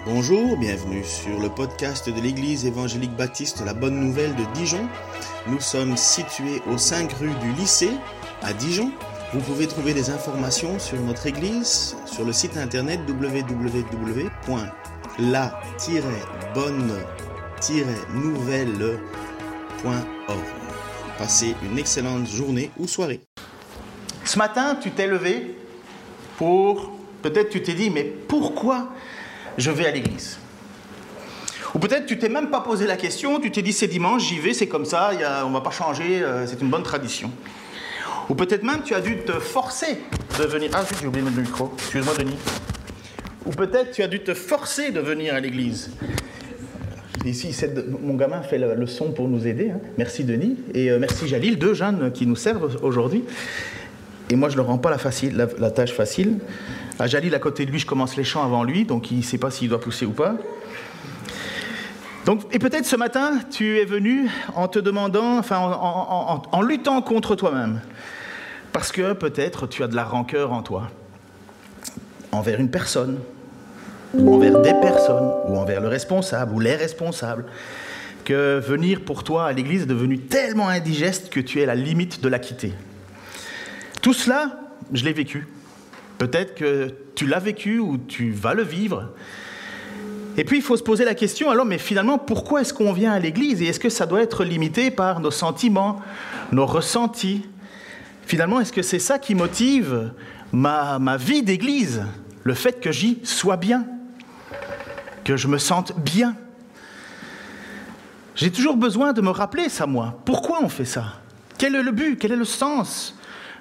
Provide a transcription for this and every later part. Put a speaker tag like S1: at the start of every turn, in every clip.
S1: Bonjour, bienvenue sur le podcast de l'Église évangélique baptiste La Bonne Nouvelle de Dijon. Nous sommes situés aux 5 rues du lycée à Dijon. Vous pouvez trouver des informations sur notre église sur le site internet www.la-bonne-nouvelle.org. Passez une excellente journée ou soirée.
S2: Ce matin, tu t'es levé peut-être tu t'es dit, mais pourquoi je vais à l'église? Ou peut-être tu t'es même pas posé la question, tu t'es dit, c'est dimanche, j'y vais, c'est comme ça, on ne va pas changer, c'est une bonne tradition. Ou peut-être même tu as dû te forcer de venir... Ah, j'ai oublié de mettre le micro, excuse-moi Denis. Ou peut-être tu as dû te forcer de venir à l'église. Ici, mon gamin fait le son pour nous aider, hein. Merci Denis, et merci Jalil, 2 jeunes qui nous servent aujourd'hui. Et moi, je ne leur rends pas la tâche facile. À Jalil, à côté de lui, je commence les chants avant lui, donc il ne sait pas s'il doit pousser ou pas. Et peut-être ce matin, tu es venu en te demandant, en luttant contre toi-même. Parce que peut-être tu as de la rancœur en toi. Envers une personne, ou envers des personnes, ou envers le responsable, ou les responsables. Que venir pour toi à l'église est devenu tellement indigeste que tu es à la limite de la quitter. Tout cela, je l'ai vécu. Peut-être que tu l'as vécu ou tu vas le vivre. Et puis, il faut se poser la question, alors, mais finalement, pourquoi est-ce qu'on vient à l'église? Et est-ce que ça doit être limité par nos sentiments, nos ressentis? Finalement, est-ce que c'est ça qui motive ma vie d'église? Le fait que j'y sois bien, que je me sente bien. J'ai toujours besoin de me rappeler ça, moi. Pourquoi on fait ça? Quel est le but? Quel est le sens?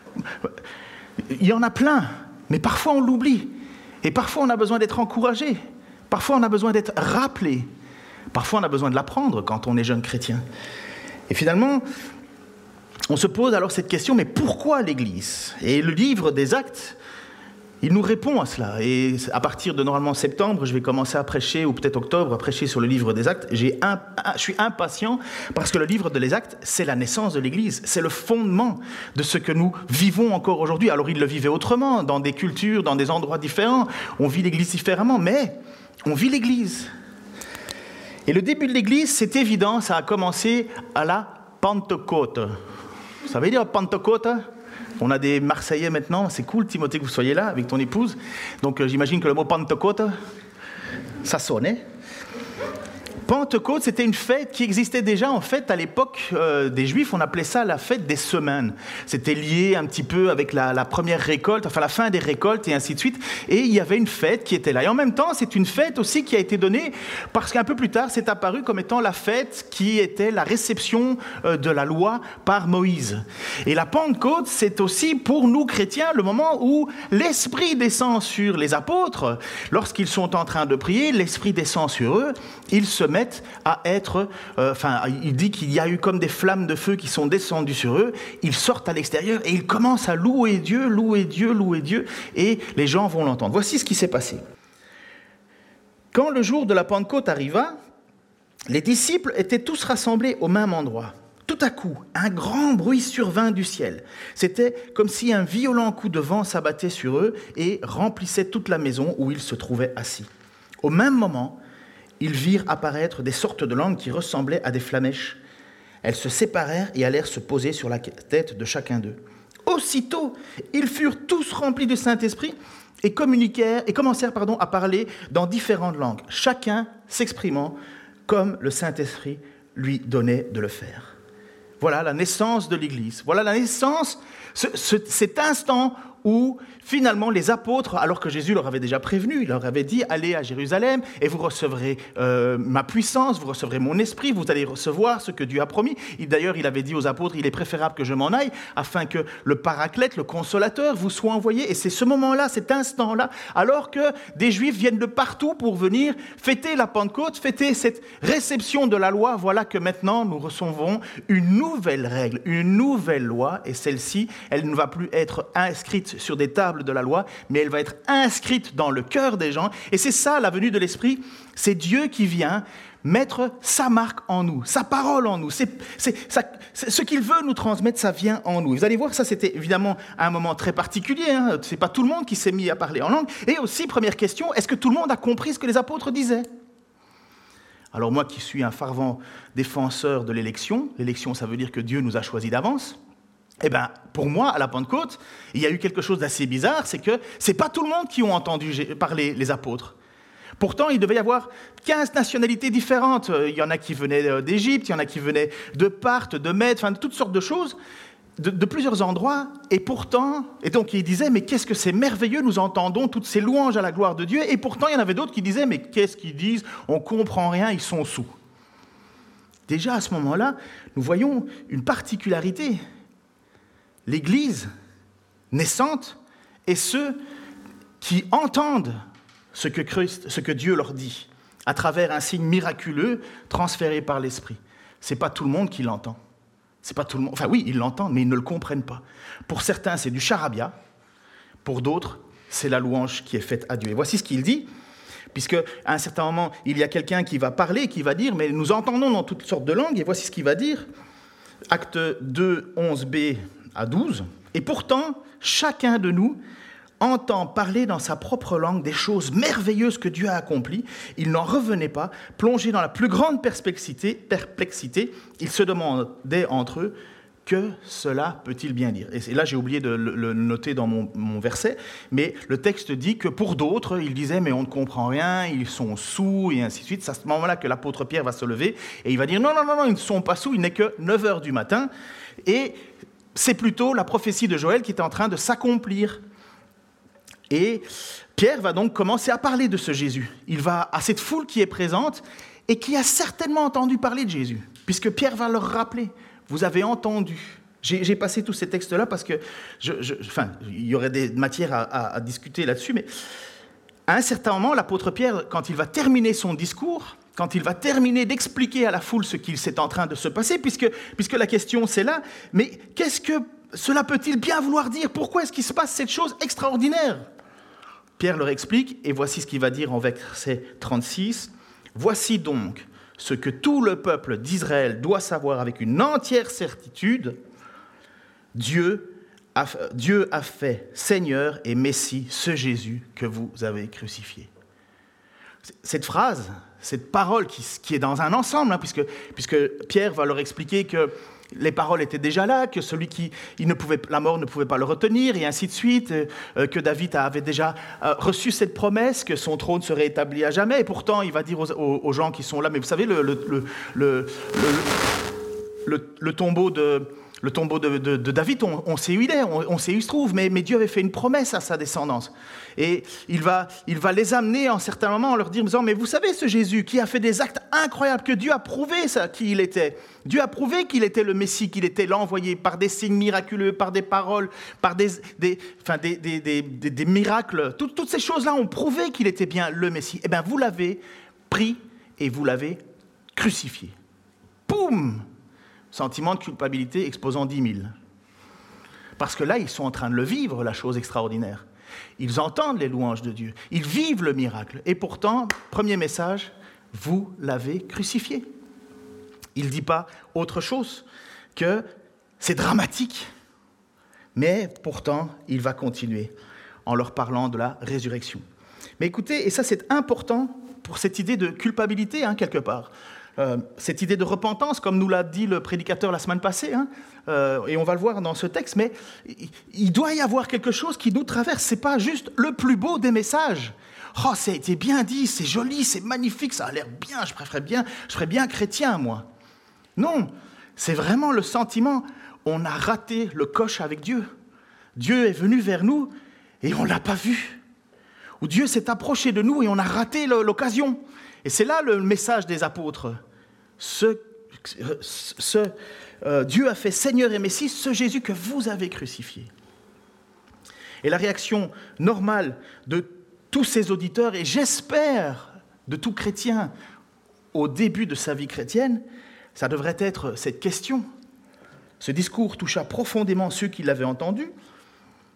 S2: Il y en a plein, mais parfois on l'oublie. Et parfois on a besoin d'être encouragé. Parfois on a besoin d'être rappelé. Parfois on a besoin de l'apprendre quand on est jeune chrétien. Et finalement, on se pose alors cette question, mais pourquoi l'Église? Et le livre des Actes, il nous répond à cela. Et à partir de normalement septembre, je vais commencer à prêcher, ou peut-être octobre, à prêcher sur le livre des Actes. Je suis impatient parce que le livre des Actes, c'est la naissance de l'Église. C'est le fondement de ce que nous vivons encore aujourd'hui. Alors, ils le vivaient autrement, dans des cultures, dans des endroits différents. On vit l'Église différemment, mais on vit l'Église. Et le début de l'Église, c'est évident, ça a commencé à la Pentecôte. Vous savez dire Pentecôte? On a des Marseillais maintenant, c'est cool Timothée que vous soyez là avec ton épouse. Donc j'imagine que le mot Pentecôte, ça sonnait. Pentecôte, c'était une fête qui existait déjà en fait à l'époque des Juifs, on appelait ça la fête des semaines. C'était lié un petit peu avec la première récolte, enfin la fin des récoltes et ainsi de suite. Et il y avait une fête qui était là. Et en même temps, c'est une fête aussi qui a été donnée parce qu'un peu plus tard, c'est apparu comme étant la fête qui était la réception de la loi par Moïse. Et la Pentecôte, c'est aussi pour nous chrétiens le moment où l'Esprit descend sur les apôtres. Lorsqu'ils sont en train de prier, l'Esprit descend sur eux, ils se mettent à être, il dit qu'il y a eu comme des flammes de feu qui sont descendues sur eux, ils sortent à l'extérieur et ils commencent à louer Dieu, louer Dieu, louer Dieu, et les gens vont l'entendre. Voici ce qui s'est passé. Quand le jour de la Pentecôte arriva, les disciples étaient tous rassemblés au même endroit. Tout à coup, un grand bruit survint du ciel. C'était comme si un violent coup de vent s'abattait sur eux et remplissait toute la maison où ils se trouvaient assis. Au même moment, ils virent apparaître des sortes de langues qui ressemblaient à des flammèches. Elles se séparèrent et allèrent se poser sur la tête de chacun d'eux. Aussitôt, ils furent tous remplis du Saint-Esprit et commencèrent à parler dans différentes langues, chacun s'exprimant comme le Saint-Esprit lui donnait de le faire. Voilà la naissance de l'Église. Voilà la naissance, cet instant où finalement les apôtres, alors que Jésus leur avait déjà prévenu, il leur avait dit « Allez à Jérusalem et vous recevrez ma puissance, vous recevrez mon esprit, vous allez recevoir ce que Dieu a promis. » D'ailleurs, il avait dit aux apôtres « Il est préférable que je m'en aille afin que le paraclète, le consolateur, vous soit envoyé. » Et c'est ce moment-là, cet instant-là, alors que des Juifs viennent de partout pour venir fêter la Pentecôte, fêter cette réception de la loi, voilà que maintenant nous recevons une nouvelle règle, une nouvelle loi, et celle-ci, elle ne va plus être inscrite écrite sur des tables de la loi, mais elle va être inscrite dans le cœur des gens. Et c'est ça, la venue de l'Esprit, c'est Dieu qui vient mettre sa marque en nous, sa parole en nous. C'est ce qu'il veut nous transmettre, ça vient en nous. Vous allez voir, ça c'était évidemment un moment très particulier. Ce n'est pas tout le monde qui s'est mis à parler en langue. Et aussi, première question, est-ce que tout le monde a compris ce que les apôtres disaient ? Alors moi qui suis un fervent défenseur de l'élection, ça veut dire que Dieu nous a choisis d'avance. Eh bien, pour moi, à la Pentecôte, il y a eu quelque chose d'assez bizarre, c'est que ce n'est pas tout le monde qui ont entendu parler les apôtres. Pourtant, il devait y avoir 15 nationalités différentes. Il y en a qui venaient d'Égypte, il y en a qui venaient de Parthe, de Mède, enfin de toutes sortes de choses, de plusieurs endroits. Et pourtant, et donc il disait, mais qu'est-ce que c'est merveilleux, nous entendons toutes ces louanges à la gloire de Dieu. Et pourtant, il y en avait d'autres qui disaient, mais qu'est-ce qu'ils disent ? On ne comprend rien, ils sont soûls. Déjà, à ce moment-là, nous voyons une particularité. L'Église naissante et ceux qui entendent ce que Dieu leur dit, à travers un signe miraculeux transféré par l'Esprit. Ce n'est pas tout le monde qui l'entend. C'est pas tout le monde. Enfin oui, ils l'entendent, mais ils ne le comprennent pas. Pour certains, c'est du charabia. Pour d'autres, c'est la louange qui est faite à Dieu. Et voici ce qu'il dit, puisque à un certain moment, il y a quelqu'un qui va parler, qui va dire, mais nous entendons dans toutes sortes de langues, et voici ce qu'il va dire. Acte 2, 11b à 12. Et pourtant, chacun de nous entend parler dans sa propre langue des choses merveilleuses que Dieu a accomplies. Ils n'en revenaient pas, plongés dans la plus grande perplexité, ils se demandaient entre eux, que cela peut-il bien dire ? Et là, j'ai oublié de le noter dans mon verset, mais le texte dit que pour d'autres, ils disaient, mais on ne comprend rien, ils sont soûls, et ainsi de suite. C'est à ce moment-là que l'apôtre Pierre va se lever, et il va dire, non, ils ne sont pas soûls, il n'est que 9h du matin, et c'est plutôt la prophétie de Joël qui est en train de s'accomplir. Et Pierre va donc commencer à parler de ce Jésus. Il va à cette foule qui est présente et qui a certainement entendu parler de Jésus, puisque Pierre va leur rappeler, vous avez entendu. J'ai passé tous ces textes-là parce que, il y aurait des matières à discuter là-dessus, mais à un certain moment, l'apôtre Pierre, quand il va terminer son discours, quand il va terminer d'expliquer à la foule ce qu'il s'est en train de se passer, puisque la question c'est là, mais qu'est-ce que cela peut-il bien vouloir dire ? Pourquoi est-ce qu'il se passe cette chose extraordinaire ? Pierre leur explique, et voici ce qu'il va dire en verset 36. « Voici donc ce que tout le peuple d'Israël doit savoir avec une entière certitude. Dieu a fait Seigneur et Messie ce Jésus que vous avez crucifié. » Cette phrase, cette parole qui est dans un ensemble, puisque Pierre va leur expliquer que les paroles étaient déjà là, que la mort ne pouvait pas le retenir, et ainsi de suite, que David avait déjà reçu cette promesse, que son trône serait établi à jamais, et pourtant il va dire aux gens qui sont là, mais vous savez, le tombeau de David, on sait où il est, on sait où il se trouve, mais Dieu avait fait une promesse à sa descendance. Et il va les amener en certains moments en leur disant, mais vous savez ce Jésus qui a fait des actes incroyables, que Dieu a prouvé ça, qui il était. Dieu a prouvé qu'il était le Messie, qu'il était l'envoyé par des signes miraculeux, par des paroles, par des miracles. Toutes ces choses-là ont prouvé qu'il était bien le Messie. Eh bien, vous l'avez pris et vous l'avez crucifié. Poum ! Sentiment de culpabilité exposant 10 000. Parce que là, ils sont en train de le vivre, la chose extraordinaire. Ils entendent les louanges de Dieu. Ils vivent le miracle. Et pourtant, premier message, vous l'avez crucifié. Il ne dit pas autre chose que c'est dramatique. Mais pourtant, il va continuer en leur parlant de la résurrection. Mais écoutez, et ça c'est important pour cette idée de culpabilité, quelque part. Cette idée de repentance, comme nous l'a dit le prédicateur la semaine passée, et on va le voir dans ce texte, mais il doit y avoir quelque chose qui nous traverse. Ce n'est pas juste le plus beau des messages. Oh, ça a été bien dit, c'est joli, c'est magnifique, ça a l'air bien, je serais bien chrétien, moi. Non, c'est vraiment le sentiment, on a raté le coche avec Dieu. Dieu est venu vers nous et on ne l'a pas vu. Ou Dieu s'est approché de nous et on a raté l'occasion. Et c'est là le message des apôtres. Dieu a fait Seigneur et Messie, ce Jésus que vous avez crucifié. Et la réaction normale de tous ces auditeurs, et j'espère de tout chrétien au début de sa vie chrétienne, ça devrait être cette question. Ce discours toucha profondément ceux qui l'avaient entendu,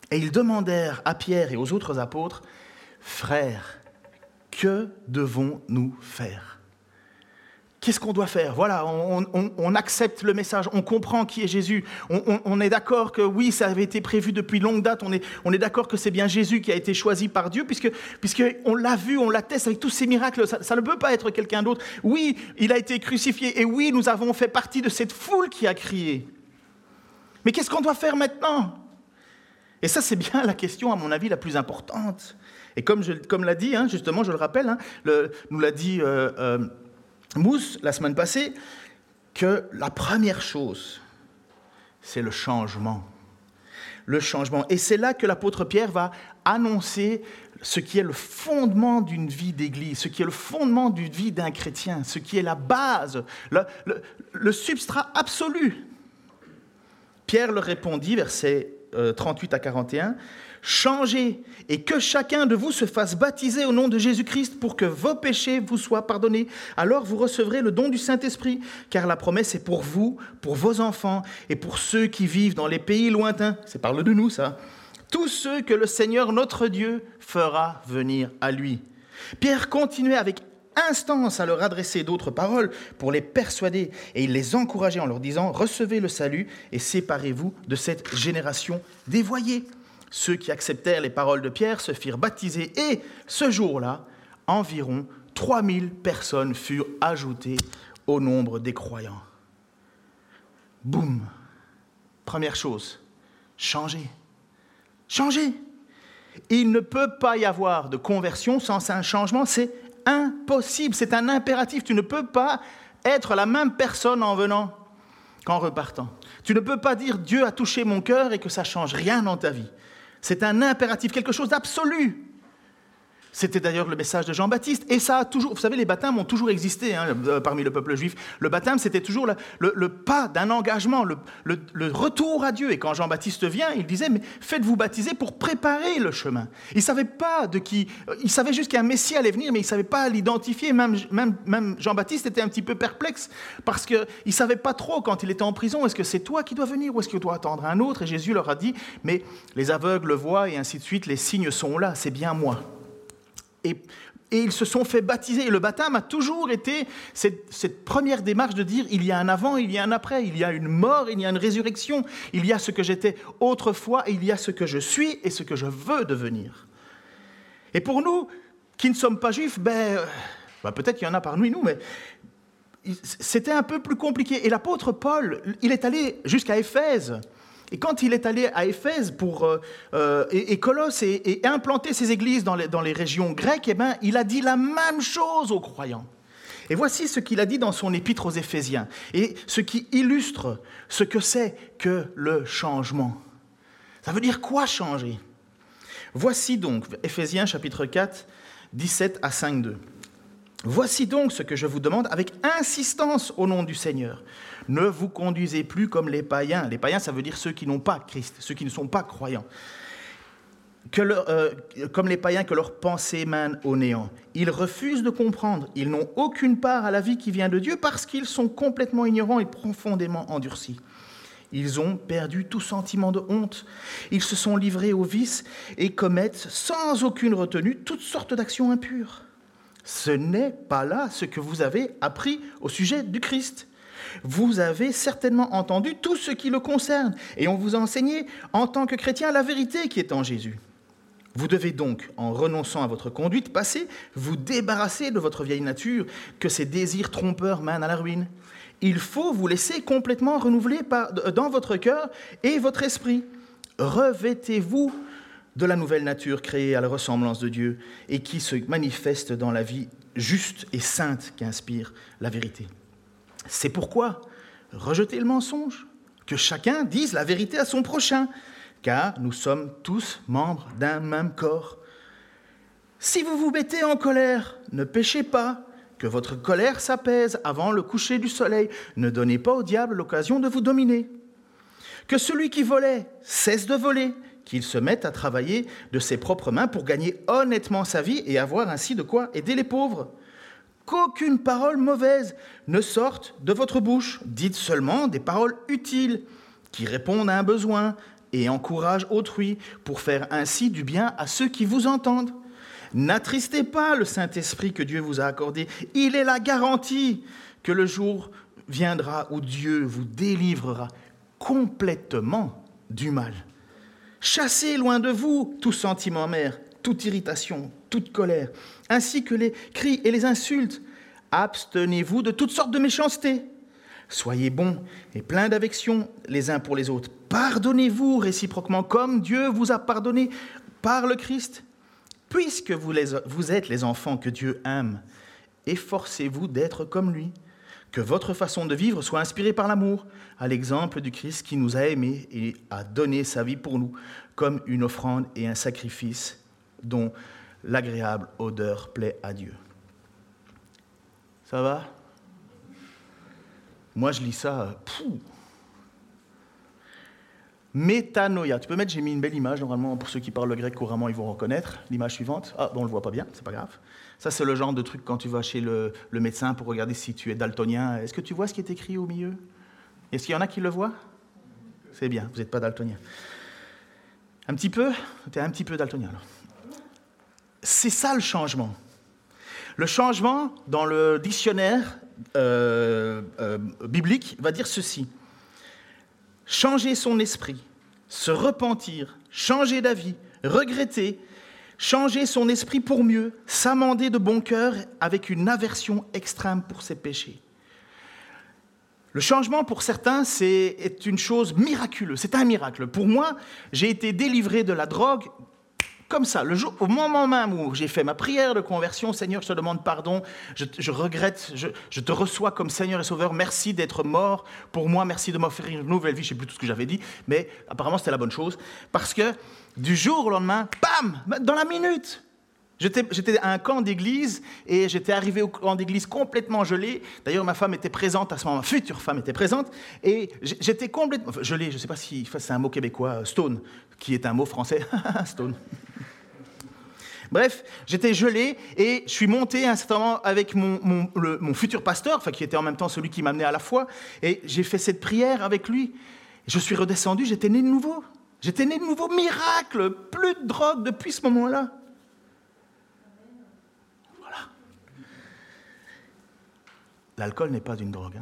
S2: Et ils demandèrent à Pierre et aux autres apôtres, « Frères, que devons-nous faire ?» Qu'est-ce qu'on doit faire ? Voilà, on accepte le message, on comprend qui est Jésus, on est d'accord que oui, ça avait été prévu depuis longue date, on est d'accord que c'est bien Jésus qui a été choisi par Dieu, puisqu'on l'a vu, on l'atteste avec tous ces miracles, ça ne peut pas être quelqu'un d'autre. Oui, il a été crucifié, et oui, nous avons fait partie de cette foule qui a crié. Mais qu'est-ce qu'on doit faire maintenant ? Et ça, c'est bien la question, à mon avis, la plus importante. Et comme l'a dit, justement, je le rappelle, nous l'a dit Mousse, la semaine passée, que la première chose, c'est le changement. Le changement. Et c'est là que l'apôtre Pierre va annoncer ce qui est le fondement d'une vie d'église, ce qui est le fondement d'une vie d'un chrétien, ce qui est la base, le substrat absolu. Pierre leur répondit, versets 38 à 41, « Changez et que chacun de vous se fasse baptiser au nom de Jésus-Christ pour que vos péchés vous soient pardonnés. Alors vous recevrez le don du Saint-Esprit, car la promesse est pour vous, pour vos enfants et pour ceux qui vivent dans les pays lointains. » C'est parle de nous, ça. « Tous ceux que le Seigneur notre Dieu fera venir à lui. » Pierre continuait avec instance à leur adresser d'autres paroles pour les persuader, et il les encourageait en leur disant « Recevez le salut et séparez-vous de cette génération dévoyée. » Ceux qui acceptèrent les paroles de Pierre se firent baptiser, et ce jour-là, environ 3000 personnes furent ajoutées au nombre des croyants. Boum! Première chose, changer. Changer! Il ne peut pas y avoir de conversion sans un changement, c'est impossible, c'est un impératif. Tu ne peux pas être la même personne en venant qu'en repartant. Tu ne peux pas dire « Dieu a touché mon cœur » et que ça ne change rien dans ta vie. C'est un impératif, quelque chose d'absolu. C'était d'ailleurs le message de Jean-Baptiste. Et ça a toujours, vous savez, les baptêmes ont toujours existé parmi le peuple juif. Le baptême, c'était toujours le pas d'un engagement, le retour à Dieu. Et quand Jean-Baptiste vient, il disait, mais faites-vous baptiser pour préparer le chemin. Il ne savait pas de qui, il savait juste qu'un Messie allait venir, mais il ne savait pas l'identifier. Même Jean-Baptiste était un petit peu perplexe, parce qu'il ne savait pas trop quand il était en prison, est-ce que c'est toi qui dois venir ou est-ce que tu dois attendre un autre ? Et Jésus leur a dit, mais les aveugles voient et ainsi de suite, les signes sont là, c'est bien moi. Et ils se sont fait baptiser. Et le baptême a toujours été cette première démarche de dire il y a un avant, il y a un après, il y a une mort, il y a une résurrection, il y a ce que j'étais autrefois et il y a ce que je suis et ce que je veux devenir. Et pour nous, qui ne sommes pas juifs, peut-être qu'il y en a parmi nous, mais c'était un peu plus compliqué. Et l'apôtre Paul, il est allé jusqu'à Éphèse. Et quand il est allé à Éphèse et Colosse et implanter ses églises dans les régions grecques, il a dit la même chose aux croyants. Et voici ce qu'il a dit dans son épître aux Éphésiens, et ce qui illustre ce que c'est que le changement. Ça veut dire quoi changer ? Voici donc, Éphésiens chapitre 4, 17 à 5.2. Voici donc ce que je vous demande avec insistance au nom du Seigneur. Ne vous conduisez plus comme les païens. Les païens, ça veut dire ceux qui n'ont pas Christ, ceux qui ne sont pas croyants. Comme les païens, que leurs pensées mènent au néant. Ils refusent de comprendre. Ils n'ont aucune part à la vie qui vient de Dieu parce qu'ils sont complètement ignorants et profondément endurcis. Ils ont perdu tout sentiment de honte. Ils se sont livrés au vice et commettent sans aucune retenue toutes sortes d'actions impures. Ce n'est pas là ce que vous avez appris au sujet du Christ. Vous avez certainement entendu tout ce qui le concerne, et on vous a enseigné, en tant que chrétien, la vérité qui est en Jésus. Vous devez donc, en renonçant à votre conduite passée, vous débarrasser de votre vieille nature, que ces désirs trompeurs mènent à la ruine. Il faut vous laisser complètement renouveler dans votre cœur et votre esprit. Revêtez-vous de la nouvelle nature créée à la ressemblance de Dieu et qui se manifeste dans la vie juste et sainte qu'inspire la vérité. C'est pourquoi rejetez le mensonge, que chacun dise la vérité à son prochain, car nous sommes tous membres d'un même corps. Si vous vous mettez en colère, ne péchez pas, que votre colère s'apaise avant le coucher du soleil. Ne donnez pas au diable l'occasion de vous dominer. Que celui qui volait cesse de voler, qu'il se mette à travailler de ses propres mains pour gagner honnêtement sa vie et avoir ainsi de quoi aider les pauvres. Qu'aucune parole mauvaise ne sorte de votre bouche. Dites seulement des paroles utiles qui répondent à un besoin et encourage autrui pour faire ainsi du bien à ceux qui vous entendent. N'attristez pas le Saint-Esprit que Dieu vous a accordé. Il est la garantie que le jour viendra où Dieu vous délivrera complètement du mal. Chassez loin de vous tout sentiment amer, toute irritation, toute colère, ainsi que les cris et les insultes. Abstenez-vous de toutes sortes de méchanceté. Soyez bons et pleins d'affection les uns pour les autres. Pardonnez-vous réciproquement comme Dieu vous a pardonné par le Christ. Puisque vous êtes les enfants que Dieu aime, efforcez-vous d'être comme lui. Que votre façon de vivre soit inspirée par l'amour, à l'exemple du Christ qui nous a aimés et a donné sa vie pour nous, comme une offrande et un sacrifice dont l'agréable odeur plaît à Dieu. Ça va ? Moi, je lis ça. Métanoïa. Tu peux mettre, j'ai mis une belle image, normalement, pour ceux qui parlent le grec couramment, ils vont reconnaître. L'image suivante. Ah, bon, on ne le voit pas bien, c'est pas grave. Ça, c'est le genre de truc quand tu vas chez le médecin pour regarder si tu es daltonien. Est-ce que tu vois ce qui est écrit au milieu ? Est-ce qu'il y en a qui le voient ? C'est bien, vous n'êtes pas daltonien. Un petit peu ? Tu es un petit peu daltonien, alors. C'est ça, le changement. Le changement, dans le dictionnaire biblique, va dire ceci. Changer son esprit, se repentir, changer d'avis, regretter, changer son esprit pour mieux, s'amender de bon cœur avec une aversion extrême pour ses péchés. Le changement, pour certains, est une chose miraculeuse, c'est un miracle. Pour moi, j'ai été délivré de la drogue comme ça, au moment même où j'ai fait ma prière de conversion, Seigneur, je te demande pardon, je regrette, je te reçois comme Seigneur et Sauveur, merci d'être mort pour moi, merci de m'offrir une nouvelle vie, je ne sais plus tout ce que j'avais dit, mais apparemment c'était la bonne chose, parce que du jour au lendemain, bam, dans la minute, j'étais à un camp d'église et j'étais arrivé au camp d'église complètement gelé. D'ailleurs, ma femme était présente à ce moment, ma future femme était présente, et j'étais complètement gelé, je ne sais pas si c'est un mot québécois, stone, qui est un mot français, stone. Bref, j'étais gelé et je suis monté à un certain moment avec mon futur pasteur, qui était en même temps celui qui m'amenait à la foi, et j'ai fait cette prière avec lui. Je suis redescendu, j'étais né de nouveau. J'étais né de nouveau, miracle, plus de drogue depuis ce moment-là. Voilà. L'alcool n'est pas une drogue.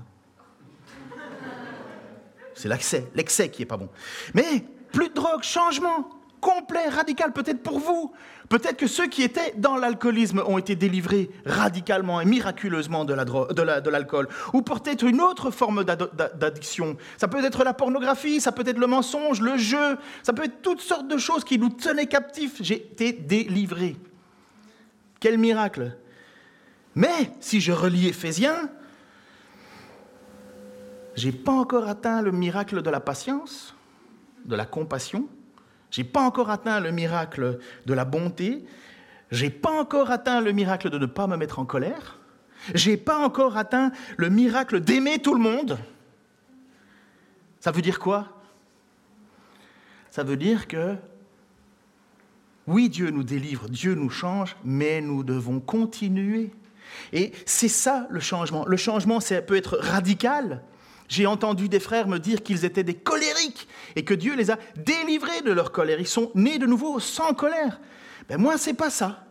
S2: C'est l'excès qui n'est pas bon. Mais plus de drogue, changement complet, radical, peut-être pour vous. Peut-être que ceux qui étaient dans l'alcoolisme ont été délivrés radicalement et miraculeusement de l'alcool. Ou peut-être une autre forme d'addiction. Ça peut être la pornographie, ça peut être le mensonge, le jeu, ça peut être toutes sortes de choses qui nous tenaient captifs. J'ai été délivré. Quel miracle! Mais, si je relis Éphésiens, je n'ai pas encore atteint le miracle de la patience, de la compassion. Je n'ai pas encore atteint le miracle de la bonté. Je n'ai pas encore atteint le miracle de ne pas me mettre en colère. Je n'ai pas encore atteint le miracle d'aimer tout le monde. Ça veut dire quoi? Ça veut dire que, oui, Dieu nous délivre, Dieu nous change, mais nous devons continuer. Et c'est ça le changement. Le changement, ça peut être radical. J'ai entendu des frères me dire qu'ils étaient des colériques et que Dieu les a délivrés de leur colère. Ils sont nés de nouveau sans colère. Ben moi, c'est pas ça.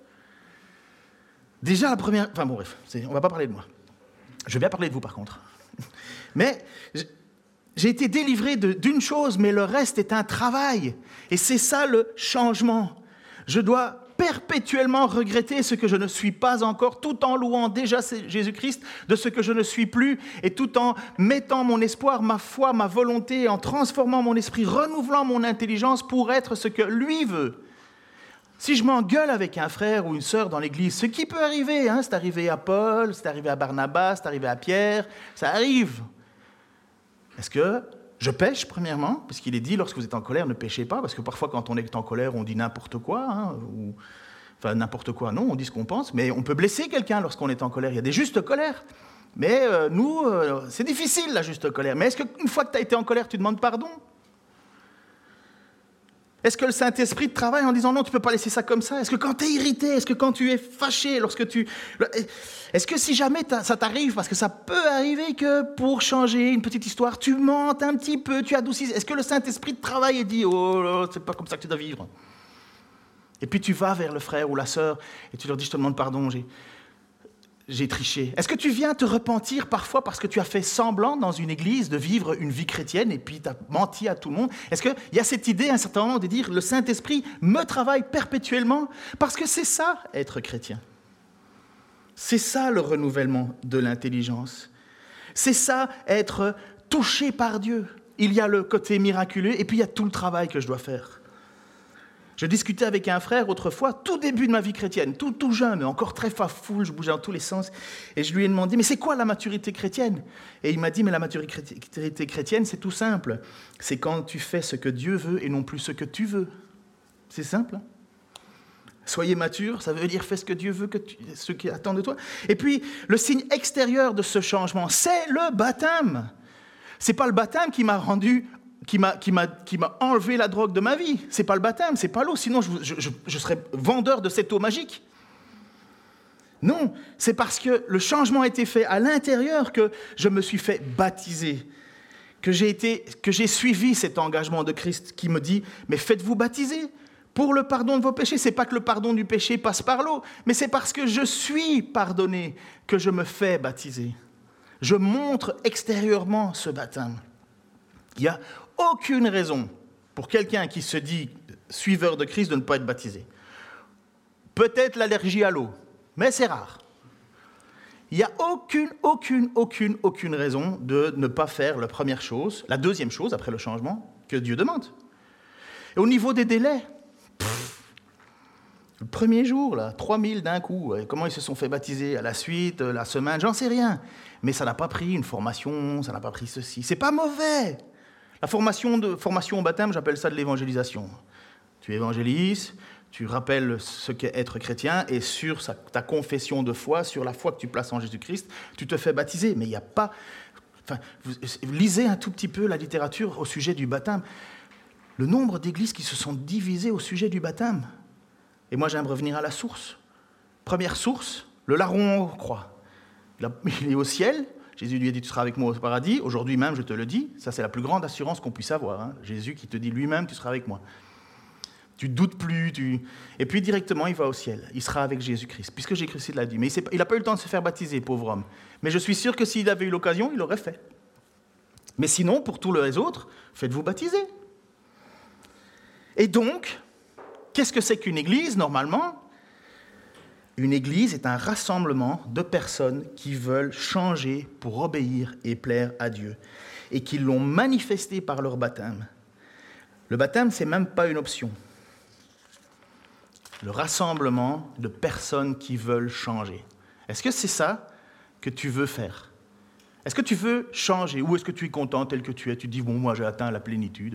S2: Déjà, la première... Enfin bon, bref, on ne va pas parler de moi. Je vais bien parler de vous, par contre. Mais j'ai été délivré d'une chose, mais le reste est un travail. Et c'est ça le changement. Je dois perpétuellement regretter ce que je ne suis pas encore, tout en louant déjà Jésus-Christ de ce que je ne suis plus, et tout en mettant mon espoir, ma foi, ma volonté, en transformant mon esprit, renouvelant mon intelligence pour être ce que lui veut. Si je m'engueule avec un frère ou une sœur dans l'église, ce qui peut arriver, c'est arrivé à Paul, c'est arrivé à Barnabas, c'est arrivé à Pierre, ça arrive. Est-ce que je pêche, premièrement, parce qu'il est dit, lorsque vous êtes en colère, ne péchez pas, parce que parfois, quand on est en colère, on dit n'importe quoi, enfin, n'importe quoi, non, on dit ce qu'on pense, mais on peut blesser quelqu'un lorsqu'on est en colère. Il y a des justes colères. Mais nous, c'est difficile, la juste colère. Mais est-ce qu'une fois que tu as été en colère, tu demandes pardon? Est-ce que le Saint-Esprit te travaille en disant non, tu ne peux pas laisser ça comme ça? Est-ce que quand tu es irrité, est-ce que quand tu es fâché, est-ce que si jamais ça t'arrive, parce que ça peut arriver que pour changer une petite histoire, tu mentes un petit peu, tu adoucis, est-ce que le Saint-Esprit te travaille et dit oh, c'est pas comme ça que tu dois vivre? Et puis tu vas vers le frère ou la sœur et tu leur dis je te demande pardon, j'ai triché. Est-ce que tu viens te repentir parfois parce que tu as fait semblant dans une église de vivre une vie chrétienne et puis tu as menti à tout le monde? Est-ce qu'il y a cette idée à un certain moment de dire le Saint-Esprit me travaille perpétuellement? Parce que c'est ça, être chrétien. C'est ça le renouvellement de l'intelligence. C'est ça, être touché par Dieu. Il y a le côté miraculeux et puis il y a tout le travail que je dois faire. Je discutais avec un frère autrefois, tout début de ma vie chrétienne, tout jeune, encore très fafoule, je bougeais dans tous les sens. Et je lui ai demandé, mais c'est quoi la maturité chrétienne? Et il m'a dit, mais la maturité chrétienne, c'est tout simple. C'est quand tu fais ce que Dieu veut et non plus ce que tu veux. C'est simple. Hein? Soyez mature, ça veut dire fais ce que Dieu veut, ce qu'il attend de toi. Et puis, le signe extérieur de ce changement, c'est le baptême. C'est pas le baptême qui m'a rendu... Qui m'a enlevé la drogue de ma vie. C'est pas le baptême, c'est pas l'eau, sinon je serais vendeur de cette eau magique. Non, c'est parce que le changement a été fait à l'intérieur que je me suis fait baptiser, que j'ai suivi cet engagement de Christ qui me dit « Mais faites-vous baptiser pour le pardon de vos péchés. » C'est pas que le pardon du péché passe par l'eau, mais c'est parce que je suis pardonné que je me fais baptiser. Je montre extérieurement ce baptême. Il n'y a aucune raison pour quelqu'un qui se dit suiveur de Christ de ne pas être baptisé. Peut-être l'allergie à l'eau, mais c'est rare. Il n'y a aucune raison de ne pas faire la première chose, la deuxième chose après le changement que Dieu demande. Et au niveau des délais, le premier jour, là, 3000 d'un coup, comment ils se sont fait baptiser à la suite, la semaine, j'en sais rien. Mais ça n'a pas pris une formation, ça n'a pas pris ceci. C'est pas mauvais. La formation au baptême, j'appelle ça de l'évangélisation. Tu évangélises, tu rappelles ce qu'est être chrétien, et sur ta confession de foi, sur la foi que tu places en Jésus-Christ, tu te fais baptiser. Mais il n'y a pas... lisez un tout petit peu la littérature au sujet du baptême. Le nombre d'églises qui se sont divisées au sujet du baptême. Et moi, j'aime revenir à la source. Première source, le larron croix. Il est au ciel. Jésus lui a dit, tu seras avec moi au paradis. Aujourd'hui même, je te le dis. Ça, c'est la plus grande assurance qu'on puisse avoir. Hein. Jésus qui te dit lui-même, tu seras avec moi. Tu ne doutes plus. Et puis, directement, il va au ciel. Il sera avec Jésus-Christ, puisque Jésus-Christ l'a dit. Mais il n'a pas eu le temps de se faire baptiser, pauvre homme. Mais je suis sûr que s'il avait eu l'occasion, il l'aurait fait. Mais sinon, pour tous les autres, faites-vous baptiser. Et donc, qu'est-ce que c'est qu'une église, normalement ? Une église est un rassemblement de personnes qui veulent changer pour obéir et plaire à Dieu, et qui l'ont manifesté par leur baptême. Le baptême, ce n'est même pas une option. Le rassemblement de personnes qui veulent changer. Est-ce que c'est ça que tu veux faire ? Est-ce que tu veux changer ? Ou est-ce que tu es content tel que tu es ? Tu te dis, bon, moi j'ai atteint la plénitude.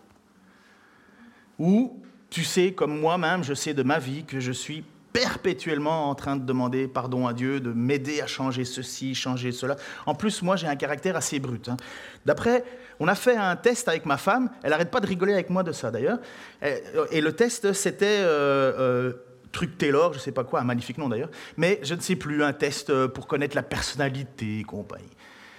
S2: Ou tu sais, comme moi-même, je sais de ma vie que je suis perpétuellement en train de demander pardon à Dieu, de m'aider à changer ceci, changer cela. En plus, moi, j'ai un caractère assez brut. Hein. On a fait un test avec ma femme, elle n'arrête pas de rigoler avec moi de ça d'ailleurs, et le test, c'était truc Taylor, je ne sais pas quoi, un magnifique nom d'ailleurs, mais je ne sais plus, un test pour connaître la personnalité et compagnie.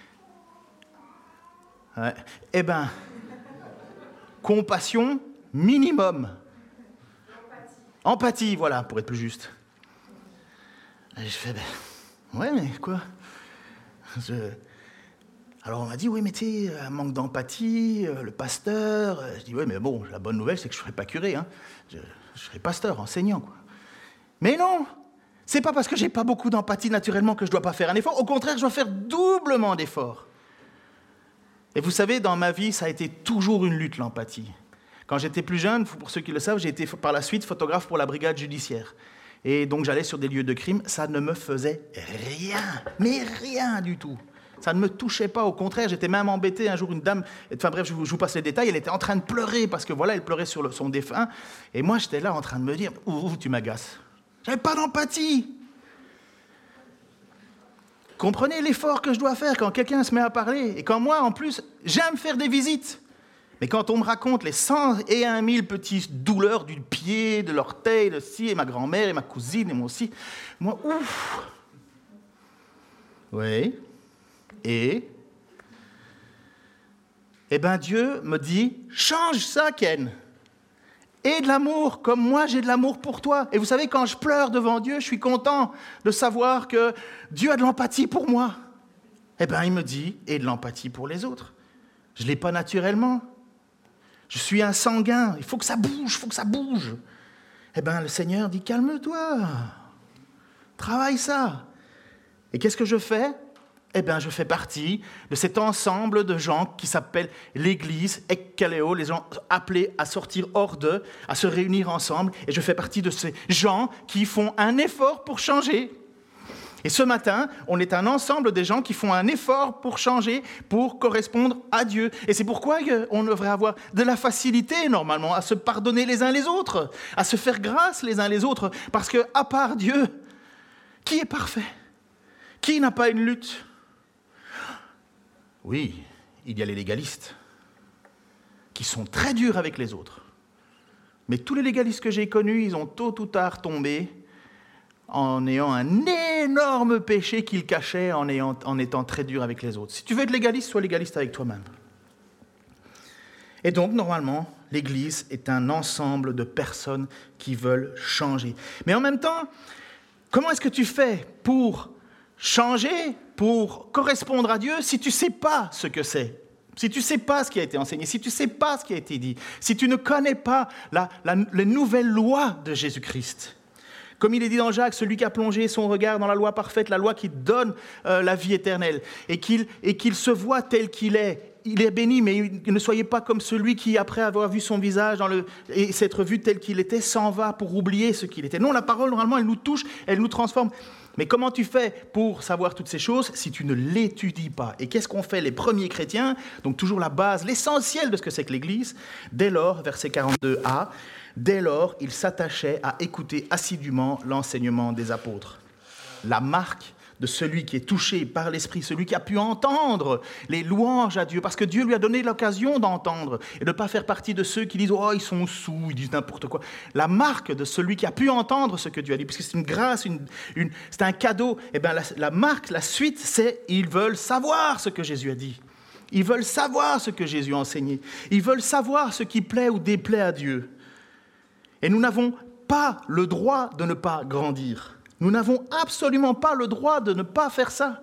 S2: Ouais. Eh bien, compassion minimum. Empathie, voilà, pour être plus juste. Et je fais, ouais, mais quoi ? Alors on m'a dit, oui, mais tu sais, un manque d'empathie, le pasteur. Je dis, oui, mais bon, la bonne nouvelle, c'est que je ne serai pas curé, hein. Je serai pasteur, enseignant, quoi. Mais non, c'est pas parce que j'ai pas beaucoup d'empathie naturellement que je dois pas faire un effort. Au contraire, je dois faire doublement d'efforts. Et vous savez, dans ma vie, ça a été toujours une lutte, l'empathie. Quand j'étais plus jeune, pour ceux qui le savent, j'ai été par la suite photographe pour la brigade judiciaire. Et donc j'allais sur des lieux de crime, ça ne me faisait rien, mais rien du tout. Ça ne me touchait pas, au contraire, j'étais même embêté. Un jour, une dame, enfin bref, je vous passe les détails, elle était en train de pleurer parce que voilà, elle pleurait sur son défunt. Et moi, j'étais là en train de me dire, tu m'agaces. J'avais pas d'empathie. Comprenez l'effort que je dois faire quand quelqu'un se met à parler. Et quand moi, en plus, j'aime faire des visites. Mais quand on me raconte les 101 000 petites douleurs du pied, de l'orteil, de ci, et ma grand-mère, et ma cousine, et moi aussi, moi, ouf. Oui. Et bien Dieu me dit, change ça, Ken. Et de l'amour, comme moi j'ai de l'amour pour toi. Et vous savez, quand je pleure devant Dieu, je suis content de savoir que Dieu a de l'empathie pour moi. Eh bien, il me dit, et de l'empathie pour les autres. Je ne l'ai pas naturellement. Je suis un sanguin, il faut que ça bouge. Eh bien, le Seigneur dit, calme-toi, travaille ça. Et qu'est-ce que je fais ? Eh bien, je fais partie de cet ensemble de gens qui s'appelle l'Église, ekkaleo, les gens appelés à sortir hors d'eux, à se réunir ensemble. Et je fais partie de ces gens qui font un effort pour changer. Et ce matin, on est un ensemble de gens qui font un effort pour changer, pour correspondre à Dieu. Et c'est pourquoi on devrait avoir de la facilité, normalement, à se pardonner les uns les autres, à se faire grâce les uns les autres. Parce qu'à part Dieu, qui est parfait ? Qui n'a pas une lutte ? Oui, il y a les légalistes, qui sont très durs avec les autres. Mais tous les légalistes que j'ai connus, ils ont tôt ou tard tombé en ayant un énorme péché qu'ils cachaient en étant très durs avec les autres. Si tu veux être légaliste, sois légaliste avec toi-même. Et donc, normalement, l'Église est un ensemble de personnes qui veulent changer. Mais en même temps, comment est-ce que tu fais pour changer, pour correspondre à Dieu, si tu ne sais pas ce que c'est ? Si tu ne sais pas ce qui a été enseigné, si tu ne sais pas ce qui a été dit, si tu ne connais pas les nouvelles lois de Jésus-Christ. Comme il est dit dans Jacques, celui qui a plongé son regard dans la loi parfaite, la loi qui donne la vie éternelle, et qu'il se voit tel qu'il est. Il est béni, mais ne soyez pas comme celui qui, après avoir vu son visage et s'être vu tel qu'il était, s'en va pour oublier ce qu'il était. Non, la parole, normalement, elle nous touche, elle nous transforme. Mais comment tu fais pour savoir toutes ces choses si tu ne l'étudies pas ? Et qu'est-ce qu'ont fait les premiers chrétiens ? Donc toujours la base, l'essentiel de ce que c'est que l'Église. Dès lors, verset 42a, dès lors, ils s'attachaient à écouter assidûment l'enseignement des apôtres. La marque de celui qui est touché par l'Esprit, celui qui a pu entendre les louanges à Dieu, parce que Dieu lui a donné l'occasion d'entendre, et de ne pas faire partie de ceux qui disent « Oh, ils sont saouls, ils disent n'importe quoi ». La marque de celui qui a pu entendre ce que Dieu a dit, parce que c'est une grâce, c'est un cadeau, et bien la marque, la suite, c'est « Ils veulent savoir ce que Jésus a dit ». Ils veulent savoir ce que Jésus a enseigné. Ils veulent savoir ce qui plaît ou déplaît à Dieu. Et nous n'avons pas le droit de ne pas grandir. Nous n'avons absolument pas le droit de ne pas faire ça.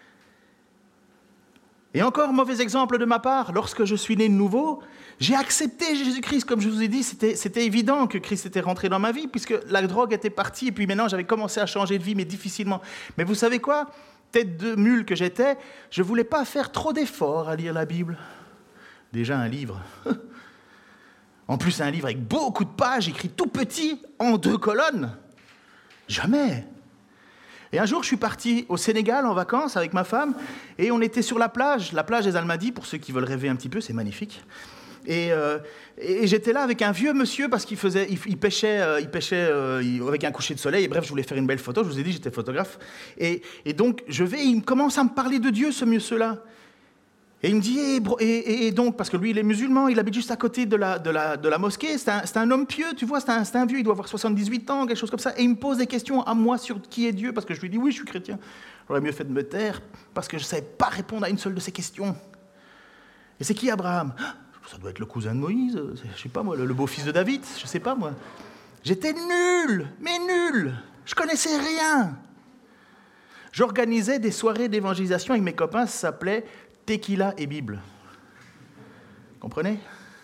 S2: Et encore, mauvais exemple de ma part, lorsque je suis né de nouveau, j'ai accepté Jésus-Christ. Comme je vous ai dit, c'était évident que Christ était rentré dans ma vie, puisque la drogue était partie, et puis maintenant j'avais commencé à changer de vie, mais difficilement. Mais vous savez quoi ? Tête de mule que j'étais, je ne voulais pas faire trop d'efforts à lire la Bible. Déjà un livre. En plus, un livre avec beaucoup de pages, écrit tout petit, en 2 colonnes. Jamais. Et un jour, je suis parti au Sénégal en vacances avec ma femme, et on était sur la plage des Almadies, pour ceux qui veulent rêver un petit peu, c'est magnifique. Et j'étais là avec un vieux monsieur, parce qu'il pêchait avec un coucher de soleil, et bref, je voulais faire une belle photo, je vous ai dit, j'étais photographe. Et donc, il commence à me parler de Dieu, ce monsieur-là. Et il me dit, et donc, parce que lui, il est musulman, il habite juste à côté de la mosquée, c'est un homme pieux, tu vois, c'est un vieux, il doit avoir 78 ans, quelque chose comme ça, et il me pose des questions à moi sur qui est Dieu, parce que je lui dis, oui, je suis chrétien. J'aurais mieux fait de me taire, parce que je ne savais pas répondre à une seule de ces questions. Et c'est qui Abraham ? Ça doit être le cousin de Moïse, je ne sais pas moi, le beau-fils de David, je ne sais pas moi. J'étais nul, mais nul, je ne connaissais rien. J'organisais des soirées d'évangélisation avec mes copains, ça s'appelait Tequila et Bible. Comprenez ?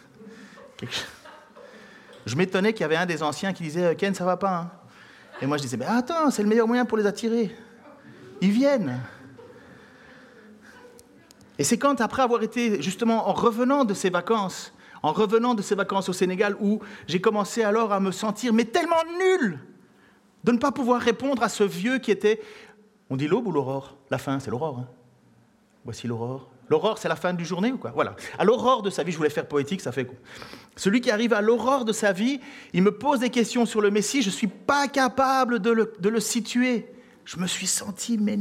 S2: Je m'étonnais qu'il y avait un des anciens qui disait « Ken, ça va pas hein ?» Et moi je disais « Mais attends, c'est le meilleur moyen pour les attirer. Ils viennent. » Et c'est quand, après avoir été, justement, en revenant de ces vacances au Sénégal, où j'ai commencé alors à me sentir mais tellement nul de ne pas pouvoir répondre à ce vieux qui était... On dit l'aube ou l'aurore ? La fin, c'est l'aurore. Hein. Voici l'aurore. L'aurore, c'est la fin du journée ou quoi ? Voilà. À l'aurore de sa vie, je voulais faire poétique, ça fait quoi ? Celui qui arrive à l'aurore de sa vie, il me pose des questions sur le Messie, je ne suis pas capable de le situer. Je me suis senti, mais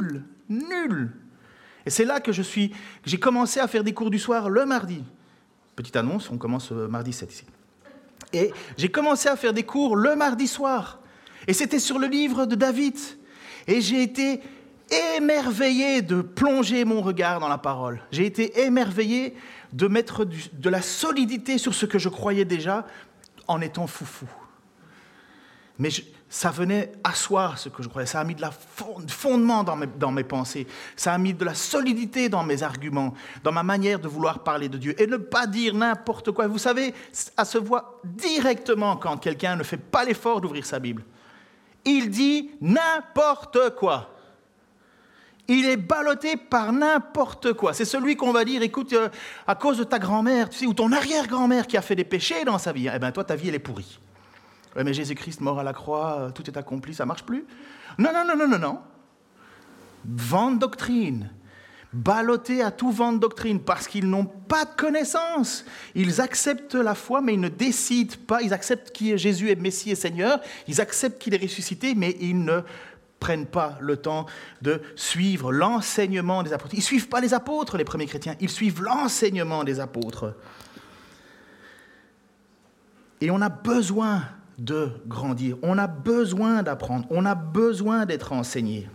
S2: nul. Et c'est là que j'ai commencé à faire des cours du soir le mardi. Petite annonce, on commence mardi 7 ici. Et j'ai commencé à faire des cours le mardi soir. Et c'était sur le livre de David. Et j'ai été émerveillé de plonger mon regard dans la parole. J'ai été émerveillé de mettre de la solidité sur ce que je croyais déjà en étant foufou. Mais ça venait asseoir ce que je croyais. Ça a mis de la fondement dans mes pensées. Ça a mis de la solidité dans mes arguments, dans ma manière de vouloir parler de Dieu. Et ne pas dire n'importe quoi. Vous savez, ça se voit directement quand quelqu'un ne fait pas l'effort d'ouvrir sa Bible. Il dit n'importe quoi. Il est ballotté par n'importe quoi. C'est celui qu'on va dire, écoute, à cause de ta grand-mère, tu sais, ou ton arrière-grand-mère qui a fait des péchés dans sa vie, eh bien toi, ta vie, elle est pourrie. Ouais, mais Jésus-Christ mort à la croix, tout est accompli, ça ne marche plus. Non. Vent de doctrine. Ballottés à tout vent de doctrine, parce qu'ils n'ont pas de connaissance. Ils acceptent la foi, mais ils ne décident pas. Ils acceptent que Jésus est Messie et Seigneur. Ils acceptent qu'il est ressuscité, mais ils ne prennent pas le temps de suivre l'enseignement des apôtres. Ils ne suivent pas les apôtres, les premiers chrétiens. Ils suivent l'enseignement des apôtres. Et on a besoin de grandir. On a besoin d'apprendre. On a besoin d'être enseigné.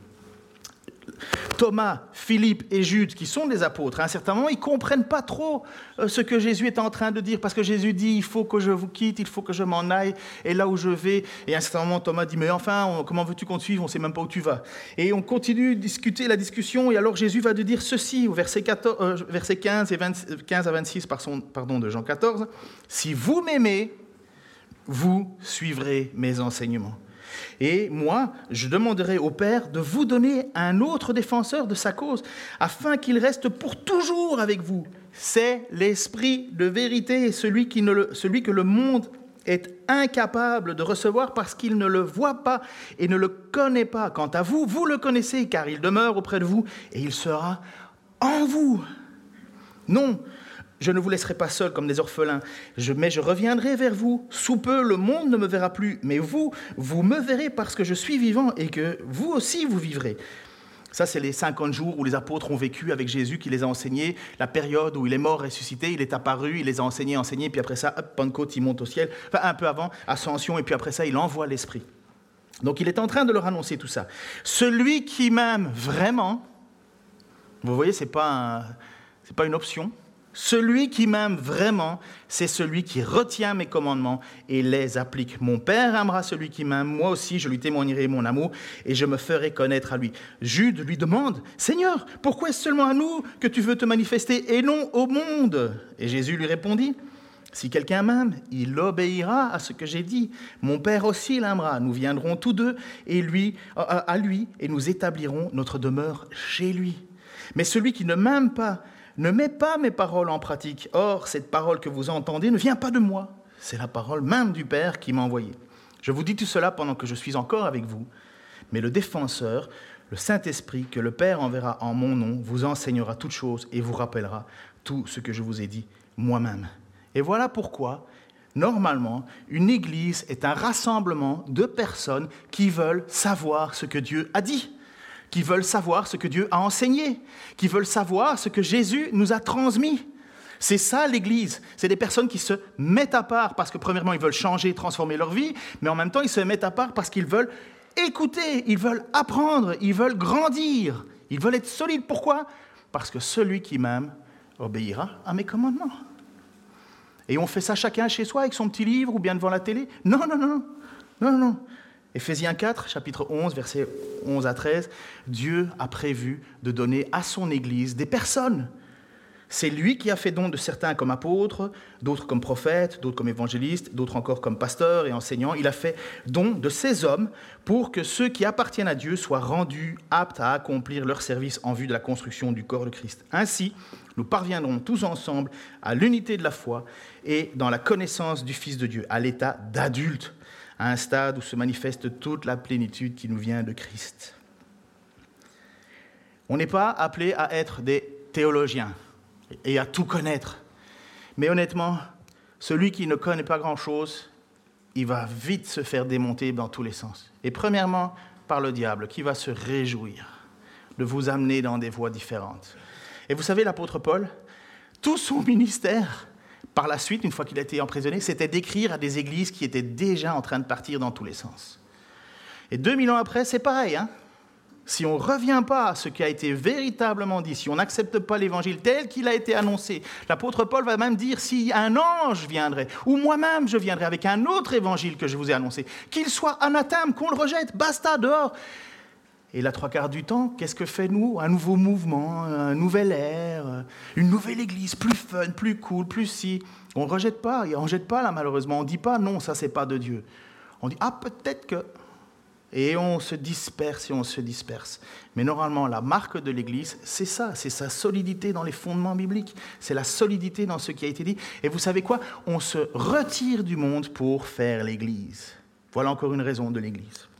S2: Thomas, Philippe et Jude, qui sont des apôtres, à un certain moment, ils ne comprennent pas trop ce que Jésus est en train de dire, parce que Jésus dit, il faut que je vous quitte, il faut que je m'en aille, et là où je vais, et à un certain moment, Thomas dit, mais enfin, comment veux-tu qu'on te suive, on ne sait même pas où tu vas. Et on continue de discuter la discussion, et alors Jésus va de dire ceci, au verset 15 à 26 de Jean 14, « Si vous m'aimez, vous suivrez mes enseignements. Et moi, je demanderai au Père de vous donner un autre défenseur de sa cause, afin qu'il reste pour toujours avec vous. C'est l'Esprit de vérité, celui que le monde est incapable de recevoir parce qu'il ne le voit pas et ne le connaît pas. Quant à vous, vous le connaissez, car il demeure auprès de vous et il sera en vous. Non, je ne vous laisserai pas seul comme des orphelins, mais je reviendrai vers vous. Sous peu, le monde ne me verra plus, mais vous me verrez parce que je suis vivant et que vous aussi, vous vivrez. » Ça, c'est les 50 jours où les apôtres ont vécu avec Jésus, qui les a enseignés, la période où il est mort, ressuscité, il est apparu, il les a enseignés, puis après ça, Pentecôte, il monte au ciel, enfin un peu avant, Ascension, et puis après ça, il envoie l'Esprit. Donc, il est en train de leur annoncer tout ça. Celui qui m'aime vraiment, vous voyez, c'est pas une option. Celui qui m'aime vraiment, c'est celui qui retient mes commandements et les applique. Mon Père aimera celui qui m'aime, moi aussi je lui témoignerai mon amour et je me ferai connaître à lui. Jude lui demande, « Seigneur, pourquoi est-ce seulement à nous que tu veux te manifester et non au monde ?» Et Jésus lui répondit, « Si quelqu'un m'aime, il obéira à ce que j'ai dit. Mon Père aussi l'aimera. Nous viendrons tous deux à lui et nous établirons notre demeure chez lui. Mais celui qui ne m'aime pas, ne met pas mes paroles en pratique. Or, cette parole que vous entendez ne vient pas de moi. C'est la parole même du Père qui m'a envoyé. Je vous dis tout cela pendant que je suis encore avec vous. Mais le défenseur, le Saint-Esprit, que le Père enverra en mon nom, vous enseignera toutes choses et vous rappellera tout ce que je vous ai dit moi-même. » Et voilà pourquoi, normalement, une église est un rassemblement de personnes qui veulent savoir ce que Dieu a dit, qui veulent savoir ce que Dieu a enseigné, qui veulent savoir ce que Jésus nous a transmis. C'est ça l'Église. C'est des personnes qui se mettent à part parce que premièrement, ils veulent changer, transformer leur vie, mais en même temps, ils se mettent à part parce qu'ils veulent écouter, ils veulent apprendre, ils veulent grandir, ils veulent être solides. Pourquoi ? Parce que celui qui m'aime obéira à mes commandements. Et on fait ça chacun chez soi avec son petit livre ou bien devant la télé ? Non. Éphésiens 4, chapitre 11, versets 11 à 13, Dieu a prévu de donner à son Église des personnes. C'est lui qui a fait don de certains comme apôtres, d'autres comme prophètes, d'autres comme évangélistes, d'autres encore comme pasteurs et enseignants. Il a fait don de ces hommes pour que ceux qui appartiennent à Dieu soient rendus aptes à accomplir leur service en vue de la construction du corps de Christ. Ainsi, nous parviendrons tous ensemble à l'unité de la foi et dans la connaissance du Fils de Dieu, à l'état d'adulte, à un stade où se manifeste toute la plénitude qui nous vient de Christ. On n'est pas appelé à être des théologiens et à tout connaître. Mais honnêtement, celui qui ne connaît pas grand-chose, il va vite se faire démonter dans tous les sens. Et premièrement, par le diable, qui va se réjouir de vous amener dans des voies différentes. Et vous savez, l'apôtre Paul, tout son ministère, par la suite, une fois qu'il a été emprisonné, c'était d'écrire à des églises qui étaient déjà en train de partir dans tous les sens. Et 2000 ans après, c'est pareil, hein. Si on ne revient pas à ce qui a été véritablement dit, si on n'accepte pas l'évangile tel qu'il a été annoncé, l'apôtre Paul va même dire, si un ange viendrait, ou moi-même je viendrais avec un autre évangile que je vous ai annoncé, qu'il soit anathème, qu'on le rejette, basta, dehors. Et la trois quarts du temps, qu'est-ce que fait nous ? Un nouveau mouvement, un nouvel air, une nouvelle église, plus fun, plus cool, plus si. On ne rejette pas, on ne jette pas là malheureusement, on ne dit pas non, ça c'est pas de Dieu. On dit, ah peut-être que... Et on se disperse et on se disperse. Mais normalement, la marque de l'Église, c'est ça, c'est sa solidité dans les fondements bibliques, c'est la solidité dans ce qui a été dit. Et vous savez quoi ? On se retire du monde pour faire l'Église. Voilà encore une raison de l'Église.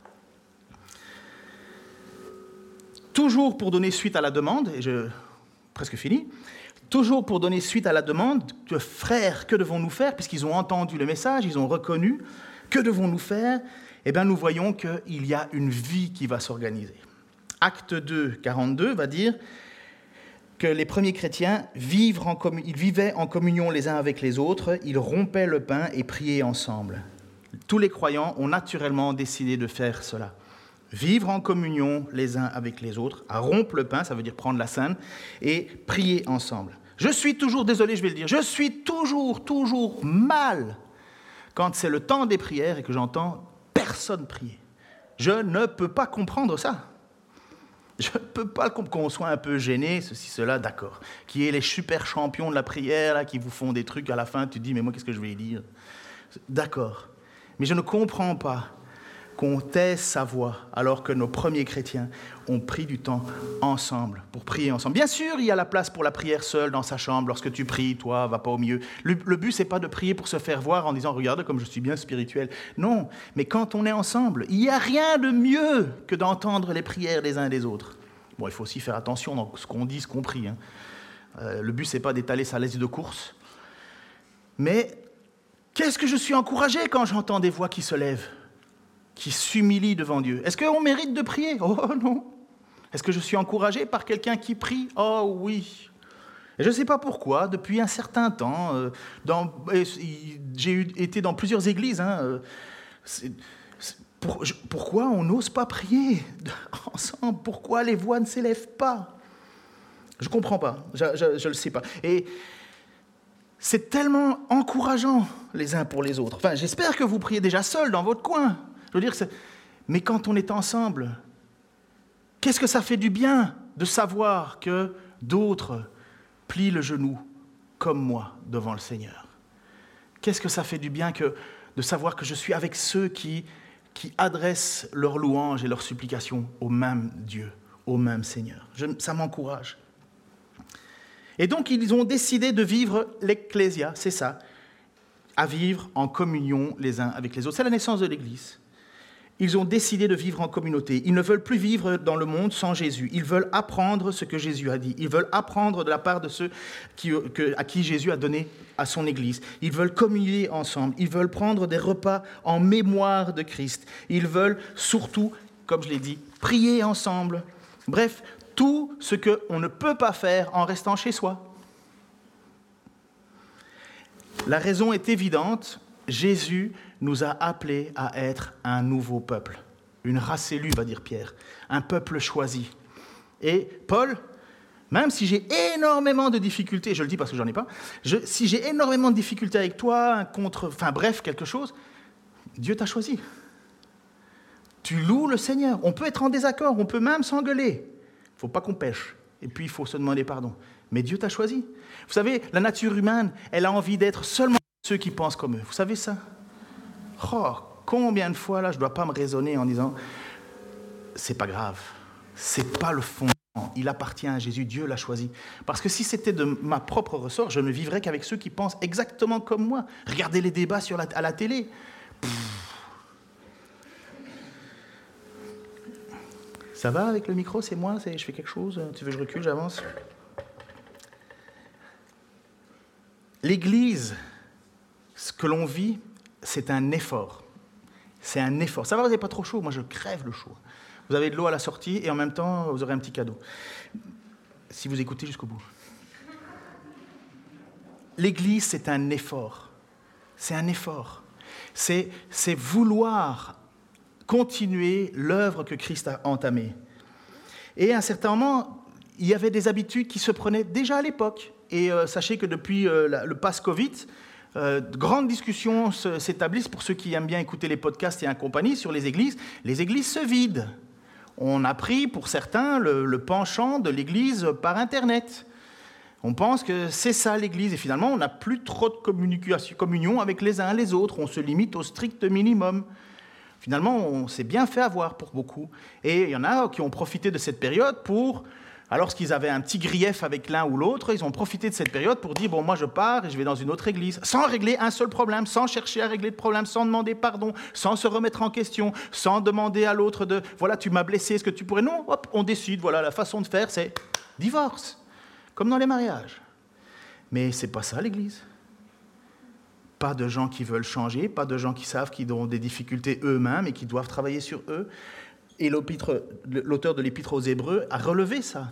S2: Toujours pour donner suite à la demande, et presque fini, toujours pour donner suite à la demande de frères, que devons-nous faire ? Puisqu'ils ont entendu le message, ils ont reconnu, que devons-nous faire ? Eh bien, nous voyons qu'il y a une vie qui va s'organiser. Acte 2, 42 va dire que les premiers chrétiens ils vivaient en communion les uns avec les autres, ils rompaient le pain et priaient ensemble. Tous les croyants ont naturellement décidé de faire cela. Vivre en communion les uns avec les autres, à rompre le pain, ça veut dire prendre la scène, et prier ensemble. Je suis toujours, désolé, je vais le dire, je suis toujours mal quand c'est le temps des prières et que j'entends personne prier. Je ne peux pas comprendre ça. Je ne peux pas comprendre qu'on soit un peu gêné, ceci, cela, d'accord. Qui est les super champions de la prière, là, qui vous font des trucs à la fin, tu te dis, mais moi, qu'est-ce que je vais dire ? D'accord. Mais je ne comprends pas qu'on taise sa voix alors que nos premiers chrétiens ont pris du temps ensemble, pour prier ensemble. Bien sûr, il y a la place pour la prière seule dans sa chambre. Lorsque tu pries, toi, va pas au milieu. Le but, c'est pas de prier pour se faire voir en disant « Regarde comme je suis bien spirituel ». Non, mais quand on est ensemble, il n'y a rien de mieux que d'entendre les prières des uns des autres. Bon, il faut aussi faire attention dans ce qu'on dit, ce qu'on prie. Hein. Le but, c'est pas d'étaler sa liste de course. Mais qu'est-ce que je suis encouragé quand j'entends des voix qui se lèvent, qui s'humilie devant Dieu. Est-ce qu'on mérite de prier ? Oh non. Est-ce que je suis encouragé par quelqu'un qui prie ? Oh oui. Et je ne sais pas pourquoi, depuis un certain temps, j'ai été dans plusieurs églises. Hein, pourquoi on n'ose pas prier ensemble ? Pourquoi les voix ne s'élèvent pas ? Je ne comprends pas, je ne le sais pas. Et c'est tellement encourageant les uns pour les autres. Enfin, j'espère que vous priez déjà seuls dans votre coin. Je veux dire, mais quand on est ensemble, qu'est-ce que ça fait du bien de savoir que d'autres plient le genou comme moi devant le Seigneur ? Qu'est-ce que ça fait du bien de savoir que je suis avec ceux qui adressent leurs louanges et leurs supplications au même Dieu, au même Seigneur ? Ça m'encourage. Et donc, ils ont décidé de vivre l'ecclésia, c'est ça, à vivre en communion les uns avec les autres. C'est la naissance de l'Église. Ils ont décidé de vivre en communauté. Ils ne veulent plus vivre dans le monde sans Jésus. Ils veulent apprendre ce que Jésus a dit. Ils veulent apprendre de la part de ceux à qui Jésus a donné à son Église. Ils veulent communier ensemble. Ils veulent prendre des repas en mémoire de Christ. Ils veulent surtout, comme je l'ai dit, prier ensemble. Bref, tout ce qu'on ne peut pas faire en restant chez soi. La raison est évidente. Jésus nous a appelés à être un nouveau peuple, une race élue, va dire Pierre, un peuple choisi. Et Paul, même si j'ai énormément de difficultés, je le dis parce que j'en ai pas, si j'ai énormément de difficultés avec toi, quelque chose, Dieu t'a choisi. Tu loues le Seigneur. On peut être en désaccord, on peut même s'engueuler. Il ne faut pas qu'on pêche. Et puis, il faut se demander pardon. Mais Dieu t'a choisi. Vous savez, la nature humaine, elle a envie d'être seulement ceux qui pensent comme eux. Vous savez ça ? Oh, combien de fois, là, je ne dois pas me raisonner en disant « c'est pas grave, c'est pas le fondement, il appartient à Jésus, Dieu l'a choisi. » Parce que si c'était de ma propre ressort, je ne vivrais qu'avec ceux qui pensent exactement comme moi. Regardez les débats à la télé. Ça va avec le micro, c'est moi, je fais quelque chose, tu veux que je recule, j'avance ? L'Église, ce que l'on vit, c'est un effort. C'est un effort. Ça va, vous n'avez pas trop chaud ? Moi, je crève le chaud. Vous avez de l'eau à la sortie et en même temps, vous aurez un petit cadeau. Si vous écoutez jusqu'au bout. l'Église, c'est un effort. C'est un effort. C'est vouloir continuer l'œuvre que Christ a entamée. Et à un certain moment, il y avait des habitudes qui se prenaient déjà à l'époque. Et sachez que depuis le pass-Covid, de grandes discussions s'établissent pour ceux qui aiment bien écouter les podcasts et compagnie sur les églises. Les églises se vident. On a pris, pour certains, le penchant de l'église par Internet. On pense que c'est ça l'église. Et finalement, on n'a plus trop de communion avec les uns les autres. On se limite au strict minimum. Finalement, on s'est bien fait avoir pour beaucoup. Et il y en a qui ont profité de cette période pour... Alors qu'ils avaient un petit grief avec l'un ou l'autre, ils ont profité de cette période pour dire « Bon, moi je pars et je vais dans une autre église », sans régler un seul problème, sans chercher à régler de problème, sans demander pardon, sans se remettre en question, sans demander à l'autre de « Voilà, tu m'as blessé, est-ce que tu pourrais… » Non, hop, on décide, voilà, la façon de faire, c'est divorce, comme dans les mariages. Mais c'est pas ça l'église. Pas de gens qui veulent changer, pas de gens qui savent qu'ils ont des difficultés eux-mêmes et qui doivent travailler sur eux. Et l'auteur de l'Épître aux Hébreux a relevé ça.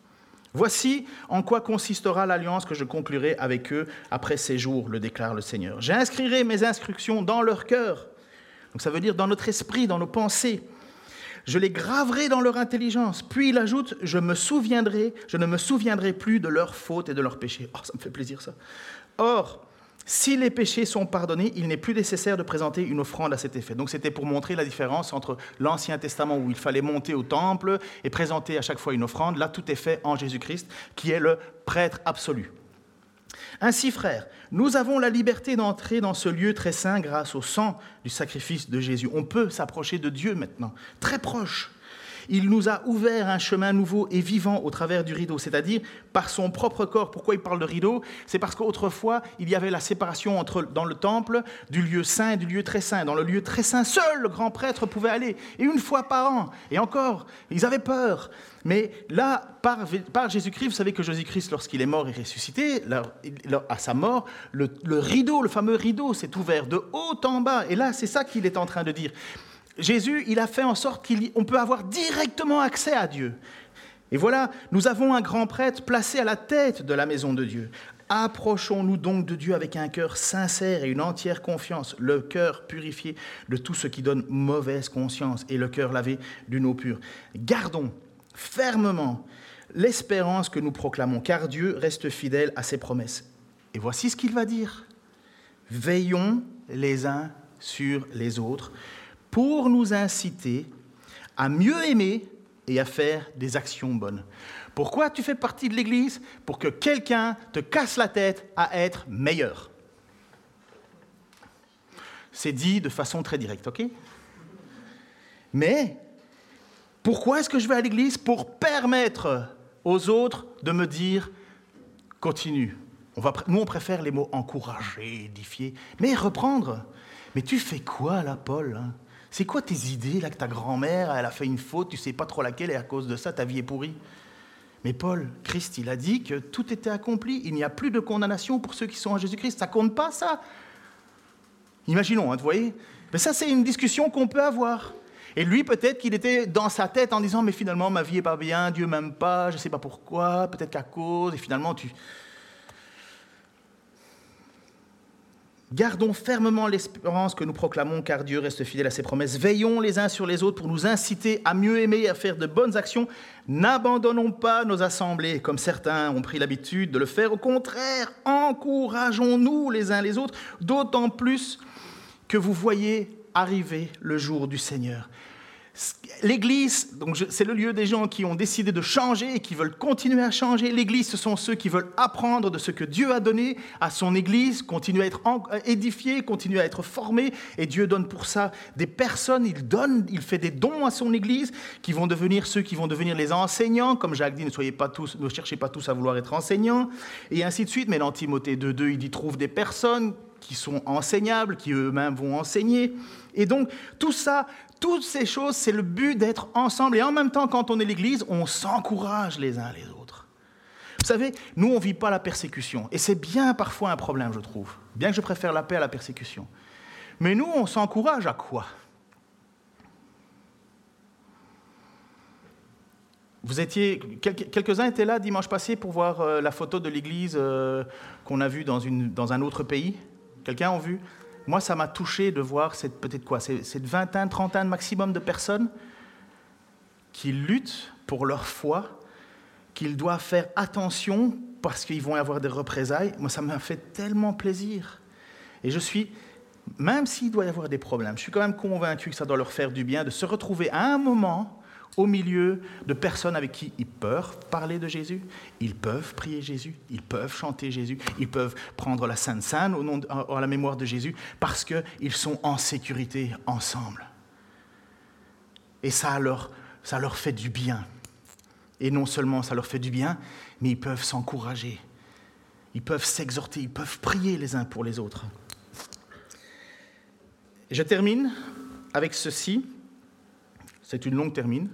S2: Voici en quoi consistera l'alliance que je conclurai avec eux après ces jours, le déclare le Seigneur. J'inscrirai mes instructions dans leur cœur. Donc ça veut dire dans notre esprit, dans nos pensées. Je les graverai dans leur intelligence. Puis il ajoute, je ne me souviendrai plus de leurs fautes et de leurs péchés. Oh, ça me fait plaisir ça. Or, si les péchés sont pardonnés, il n'est plus nécessaire de présenter une offrande à cet effet. Donc c'était pour montrer la différence entre l'Ancien Testament où il fallait monter au temple et présenter à chaque fois une offrande. Là, tout est fait en Jésus-Christ, qui est le prêtre absolu. Ainsi, frères, nous avons la liberté d'entrer dans ce lieu très saint grâce au sang du sacrifice de Jésus. On peut s'approcher de Dieu maintenant, très proche. Il nous a ouvert un chemin nouveau et vivant au travers du rideau, c'est-à-dire par son propre corps. Pourquoi il parle de rideau ? C'est parce qu'autrefois, il y avait la séparation dans le temple du lieu saint et du lieu très saint. Dans le lieu très saint, seul le grand prêtre pouvait aller, et une fois par an. Et encore, ils avaient peur. Mais là, par Jésus-Christ, vous savez que Jésus-Christ, lorsqu'il est mort et ressuscité, à sa mort, le rideau, le fameux rideau, s'est ouvert de haut en bas. Et là, c'est ça qu'il est en train de dire. Jésus, il a fait en sorte qu'on peut avoir directement accès à Dieu. Et voilà, nous avons un grand prêtre placé à la tête de la maison de Dieu. Approchons-nous donc de Dieu avec un cœur sincère et une entière confiance, le cœur purifié de tout ce qui donne mauvaise conscience et le cœur lavé d'une eau pure. Gardons fermement l'espérance que nous proclamons, car Dieu reste fidèle à ses promesses. Et voici ce qu'il va dire. Veillons les uns sur les autres, pour nous inciter à mieux aimer et à faire des actions bonnes. Pourquoi tu fais partie de l'Église ? Pour que quelqu'un te casse la tête à être meilleur. C'est dit de façon très directe, ok ? Mais, pourquoi est-ce que je vais à l'Église ? Pour permettre aux autres de me dire « continue ». Nous, on préfère les mots « encourager »,« édifier », mais reprendre. Mais tu fais quoi là, Paul ? C'est quoi tes idées, là, que ta grand-mère, elle a fait une faute, tu ne sais pas trop laquelle, et à cause de ça, ta vie est pourrie ? Mais Paul, Christ, il a dit que tout était accompli. Il n'y a plus de condamnation pour ceux qui sont en Jésus-Christ. Ça ne compte pas, ça. Imaginons, vous voyez ? Mais ça, c'est une discussion qu'on peut avoir. Et lui, peut-être qu'il était dans sa tête en disant « Mais finalement, ma vie n'est pas bien, Dieu ne m'aime pas, je ne sais pas pourquoi, peut-être qu'à cause, et finalement, tu... » Gardons fermement l'espérance que nous proclamons, car Dieu reste fidèle à ses promesses. Veillons les uns sur les autres pour nous inciter à mieux aimer et à faire de bonnes actions. N'abandonnons pas nos assemblées, comme certains ont pris l'habitude de le faire. Au contraire, encourageons-nous les uns les autres, d'autant plus que vous voyez arriver le jour du Seigneur. L'Église, donc c'est le lieu des gens qui ont décidé de changer et qui veulent continuer à changer. L'Église, ce sont ceux qui veulent apprendre de ce que Dieu a donné à son Église, continuer à être édifiés, continuer à être formés. Et Dieu donne pour ça des personnes, il fait des dons à son Église qui vont devenir ceux qui vont devenir les enseignants. Comme Jacques dit, ne cherchez pas tous à vouloir être enseignants, et ainsi de suite. Mais dans Timothée 2.2, il dit « trouve des personnes qui sont enseignables, qui eux-mêmes vont enseigner ». Et donc, tout ça, toutes ces choses, c'est le but d'être ensemble. Et en même temps, quand on est l'Église, on s'encourage les uns les autres. Vous savez, nous, on ne vit pas la persécution. Et c'est bien parfois un problème, je trouve. Bien que je préfère la paix à la persécution. Mais nous, on s'encourage à quoi ? quelques-uns étaient là dimanche passé pour voir la photo de l'église qu'on a vue dans un autre pays. Quelqu'un a vu? Moi, ça m'a touché de voir cette vingtaine, trentaine maximum de personnes qui luttent pour leur foi, qu'ils doivent faire attention parce qu'ils vont avoir des représailles. Moi, ça m'a fait tellement plaisir. Et même s'il doit y avoir des problèmes, je suis quand même convaincu que ça doit leur faire du bien de se retrouver à un moment au milieu de personnes avec qui ils peuvent parler de Jésus, ils peuvent prier Jésus, ils peuvent chanter Jésus, ils peuvent prendre la Sainte Seine à la mémoire de Jésus, parce qu'ils sont en sécurité ensemble. Et ça leur fait du bien. Et non seulement ça leur fait du bien, mais ils peuvent s'encourager, ils peuvent s'exhorter, ils peuvent prier les uns pour les autres. Et je termine avec ceci. C'est une longue termine.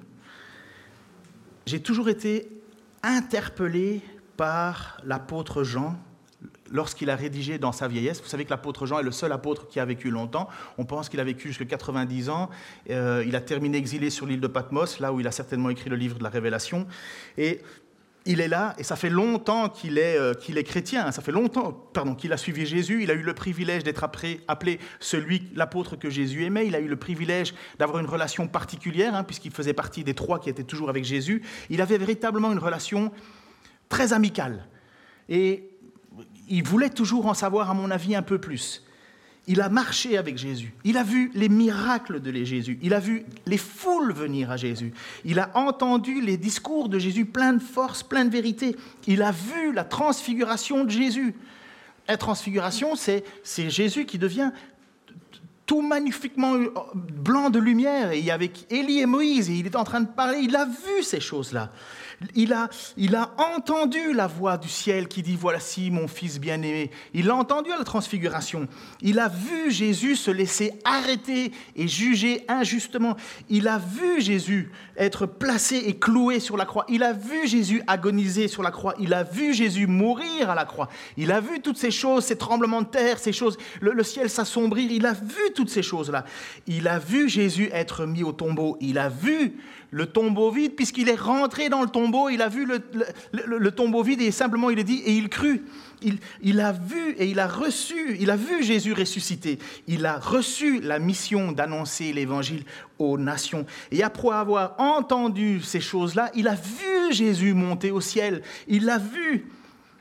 S2: J'ai toujours été interpellé par l'apôtre Jean lorsqu'il a rédigé dans sa vieillesse. Vous savez que l'apôtre Jean est le seul apôtre qui a vécu longtemps. On pense qu'il a vécu jusqu'à 90 ans. Il a terminé exilé sur l'île de Patmos, là où il a certainement écrit le livre de la Révélation. Et il est là, et ça fait longtemps qu'il est chrétien, ça fait longtemps qu'il a suivi Jésus. Il a eu le privilège d'être appelé l'apôtre que Jésus aimait. Il a eu le privilège d'avoir une relation particulière, puisqu'il faisait partie des 3 qui étaient toujours avec Jésus. Il avait véritablement une relation très amicale. Et il voulait toujours en savoir, à mon avis, un peu plus. Il a marché avec Jésus. Il a vu les miracles de Jésus. Il a vu les foules venir à Jésus. Il a entendu les discours de Jésus plein de force, plein de vérité. Il a vu la transfiguration de Jésus. La transfiguration, c'est Jésus qui devient tout magnifiquement blanc de lumière. Et il y avait Élie et Moïse, et il est en train de parler. Il a vu ces choses-là. Il a entendu la voix du ciel qui dit « Voici mon fils bien-aimé ». Il a entendu à la transfiguration. Il a vu Jésus se laisser arrêter et juger injustement. Il a vu Jésus être placé et cloué sur la croix. Il a vu Jésus agoniser sur la croix. Il a vu Jésus mourir à la croix. Il a vu toutes ces choses, ces tremblements de terre, ces choses, le ciel s'assombrir. Il a vu toutes ces choses-là. Il a vu Jésus être mis au tombeau. Il a vu le tombeau vide, puisqu'il est rentré dans le tombeau, il a vu le tombeau vide et simplement il est dit, et il crut. Il a vu et il a vu Jésus ressuscité. Il a reçu la mission d'annoncer l'évangile aux nations. Et après avoir entendu ces choses-là, il a vu Jésus monter au ciel. Il l'a vu.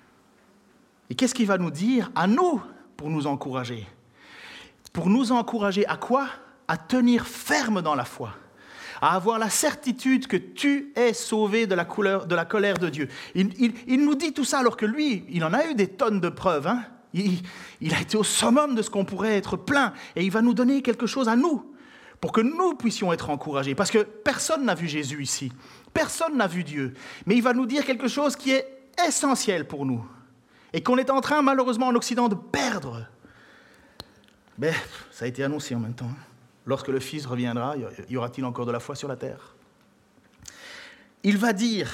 S2: Et qu'est-ce qu'il va nous dire à nous pour nous encourager? Pour nous encourager à quoi? À tenir ferme dans la foi. À avoir la certitude que tu es sauvé de la colère de Dieu. Il nous dit tout ça alors que lui, il en a eu des tonnes de preuves. Il a été au summum de ce qu'on pourrait être plein. Et il va nous donner quelque chose à nous, pour que nous puissions être encouragés. Parce que personne n'a vu Jésus ici. Personne n'a vu Dieu. Mais il va nous dire quelque chose qui est essentiel pour nous. Et qu'on est en train, malheureusement, en Occident, de perdre. Mais ça a été annoncé en même temps. Lorsque le Fils reviendra, y aura-t-il encore de la foi sur la terre? Il va dire,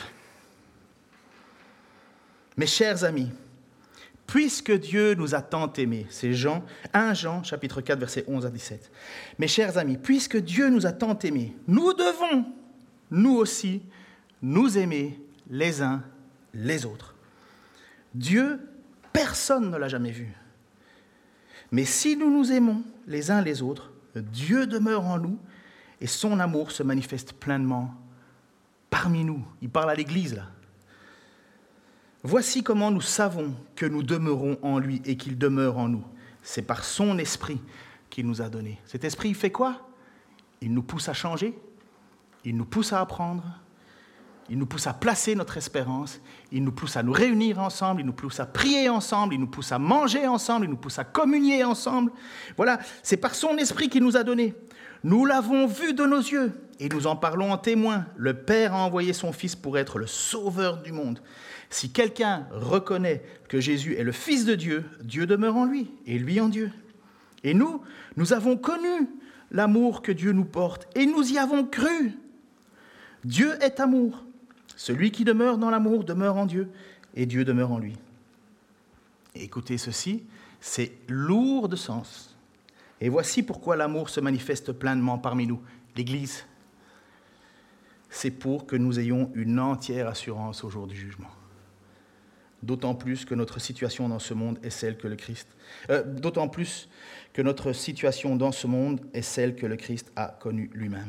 S2: mes chers amis, puisque Dieu nous a tant aimés, c'est 1 Jean, chapitre 4, versets 11 à 17. Mes chers amis, puisque Dieu nous a tant aimés, nous devons, nous aussi, nous aimer les uns les autres. Dieu, personne ne l'a jamais vu. Mais si nous nous aimons les uns les autres, Dieu demeure en nous et son amour se manifeste pleinement parmi nous. Il parle à l'Église, là. Voici comment nous savons que nous demeurons en lui et qu'il demeure en nous. C'est par son esprit qu'il nous a donné. Cet esprit, il fait quoi? Il nous pousse à changer, il nous pousse à apprendre, il nous pousse à placer notre espérance, il nous pousse à nous réunir ensemble, il nous pousse à prier ensemble, il nous pousse à manger ensemble, il nous pousse à communier ensemble. Voilà, c'est par son esprit qu'il nous a donné. Nous l'avons vu de nos yeux et nous en parlons en témoin. Le Père a envoyé son Fils pour être le sauveur du monde. Si quelqu'un reconnaît que Jésus est le Fils de Dieu, Dieu demeure en lui et lui en Dieu. Et nous avons connu l'amour que Dieu nous porte et nous y avons cru. Dieu est amour. Celui qui demeure dans l'amour demeure en Dieu, et Dieu demeure en lui. Et écoutez ceci, c'est lourd de sens. Et voici pourquoi l'amour se manifeste pleinement parmi nous, l'Église. c'est pour que nous ayons une entière assurance au jour du jugement. D'autant plus que notre situation dans ce monde est celle que le Christ... d'autant plus que notre situation dans ce monde est celle que le Christ a connue lui-même.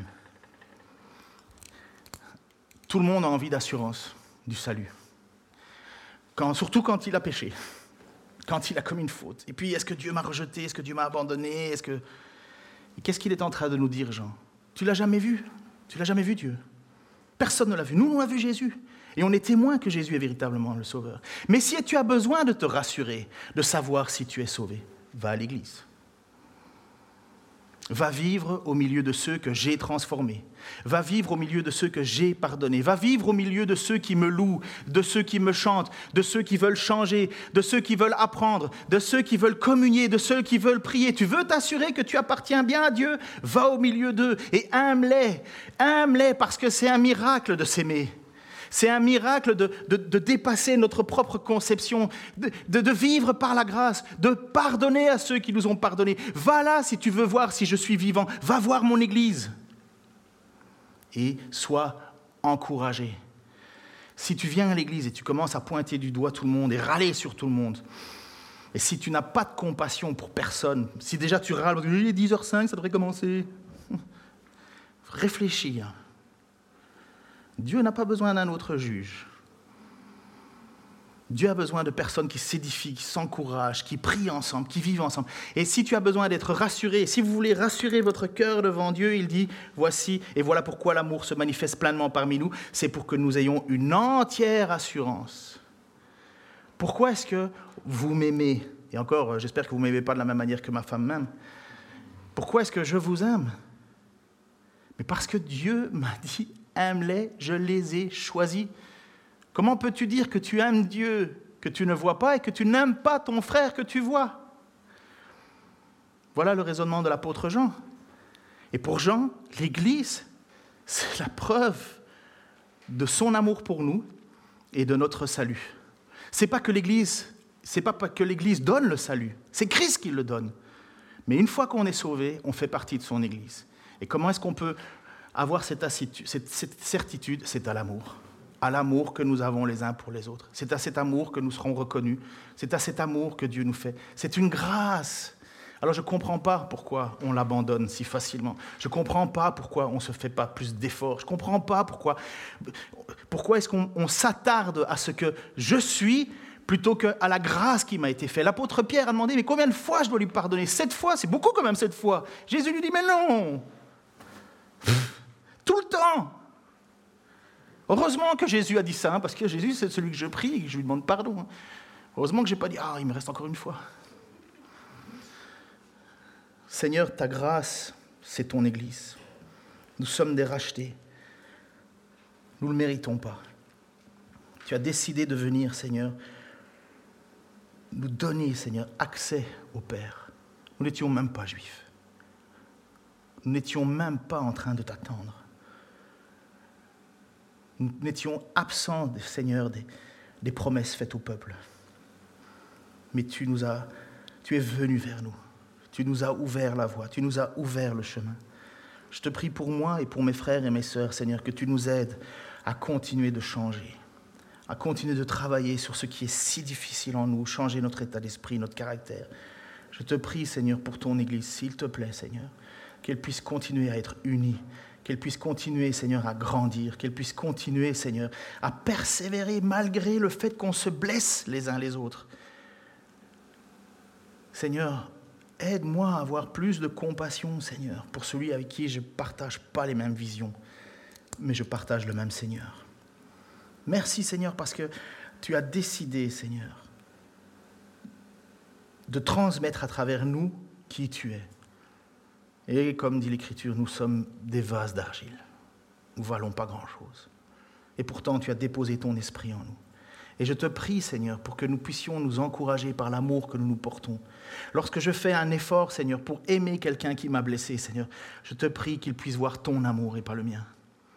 S2: Tout le monde a envie d'assurance du salut. Surtout quand il a péché, quand il a commis une faute. Et puis, est-ce que Dieu m'a rejeté? Est-ce que Dieu m'a abandonné? Qu'est-ce qu'il est en train de nous dire, Jean? Tu ne l'as jamais vu? Tu ne l'as jamais vu, Dieu? Personne ne l'a vu. Nous, on a vu Jésus. Et on est témoin que Jésus est véritablement le Sauveur. Mais si tu as besoin de te rassurer, de savoir si tu es sauvé, va à l'église. Va vivre au milieu de ceux que j'ai transformés. Va vivre au milieu de ceux que j'ai pardonnés. Va vivre au milieu de ceux qui me louent, de ceux qui me chantent, de ceux qui veulent changer, de ceux qui veulent apprendre, de ceux qui veulent communier, de ceux qui veulent prier. Tu veux t'assurer que tu appartiens bien à Dieu? Va au milieu d'eux et aime-les. Aime-les parce que c'est un miracle de s'aimer. C'est un miracle de dépasser notre propre conception, de vivre par la grâce, de pardonner à ceux qui nous ont pardonné. Va là si tu veux voir si je suis vivant. Va voir mon église. Et sois encouragé. Si tu viens à l'église et tu commences à pointer du doigt tout le monde et râler sur tout le monde, et si tu n'as pas de compassion pour personne, si déjà tu râles, il est 10h05, ça devrait commencer. Réfléchis. Dieu n'a pas besoin d'un autre juge. Dieu a besoin de personnes qui s'édifient, qui s'encouragent, qui prient ensemble, qui vivent ensemble. Et si tu as besoin d'être rassuré, si vous voulez rassurer votre cœur devant Dieu, il dit, voici, et voilà pourquoi l'amour se manifeste pleinement parmi nous, c'est pour que nous ayons une entière assurance. Pourquoi est-ce que vous m'aimez? Et encore, j'espère que vous ne m'aimez pas de la même manière que ma femme m'aime. Pourquoi est-ce que je vous aime? Mais parce que Dieu m'a dit, aime-les, je les ai choisis. Comment peux-tu dire que tu aimes Dieu que tu ne vois pas et que tu n'aimes pas ton frère que tu vois? Voilà le raisonnement de l'apôtre Jean. Et pour Jean, l'Église, c'est la preuve de son amour pour nous et de notre salut. C'est pas que l'Église donne le salut, c'est Christ qui le donne. Mais une fois qu'on est sauvé, on fait partie de son Église. Et comment est-ce qu'on peut avoir cette certitude? C'est à l'amour que nous avons les uns pour les autres. C'est à cet amour que nous serons reconnus. C'est à cet amour que Dieu nous fait. C'est une grâce. Alors je ne comprends pas pourquoi on l'abandonne si facilement. Je ne comprends pas pourquoi on ne se fait pas plus d'efforts. Je ne comprends pas pourquoi est-ce qu'on s'attarde à ce que je suis plutôt qu'à la grâce qui m'a été faite. L'apôtre Pierre a demandé, mais combien de fois je dois lui pardonner? 7 fois, c'est beaucoup quand même 7 fois. Jésus lui dit, mais non, tout le temps. Heureusement que Jésus a dit ça, parce que Jésus, c'est celui que je prie et que je lui demande pardon. Heureusement que je n'ai pas dit, il me reste encore une fois. Seigneur, ta grâce, c'est ton Église. Nous sommes des rachetés. Nous ne le méritons pas. Tu as décidé de venir, Seigneur, nous donner, Seigneur, accès au Père. Nous n'étions même pas juifs. Nous n'étions même pas en train de t'attendre. Nous n'étions absents, Seigneur, des promesses faites au peuple. Mais tu es venu vers nous. Tu nous as ouvert la voie. Tu nous as ouvert le chemin. Je te prie pour moi et pour mes frères et mes sœurs, Seigneur, que tu nous aides à continuer de changer, à continuer de travailler sur ce qui est si difficile en nous, changer notre état d'esprit, notre caractère. Je te prie, Seigneur, pour ton Église, s'il te plaît, Seigneur, qu'elle puisse continuer à être unie, qu'elle puisse continuer, Seigneur, à grandir, qu'elle puisse continuer, Seigneur, à persévérer malgré le fait qu'on se blesse les uns les autres. Seigneur, aide-moi à avoir plus de compassion, Seigneur, pour celui avec qui je ne partage pas les mêmes visions, mais je partage le même Seigneur. Merci, Seigneur, parce que tu as décidé, Seigneur, de transmettre à travers nous qui tu es. Et comme dit l'Écriture, nous sommes des vases d'argile. Nous ne valons pas grand-chose. Et pourtant, tu as déposé ton esprit en nous. Et je te prie, Seigneur, pour que nous puissions nous encourager par l'amour que nous nous portons. Lorsque je fais un effort, Seigneur, pour aimer quelqu'un qui m'a blessé, Seigneur, je te prie qu'il puisse voir ton amour et pas le mien.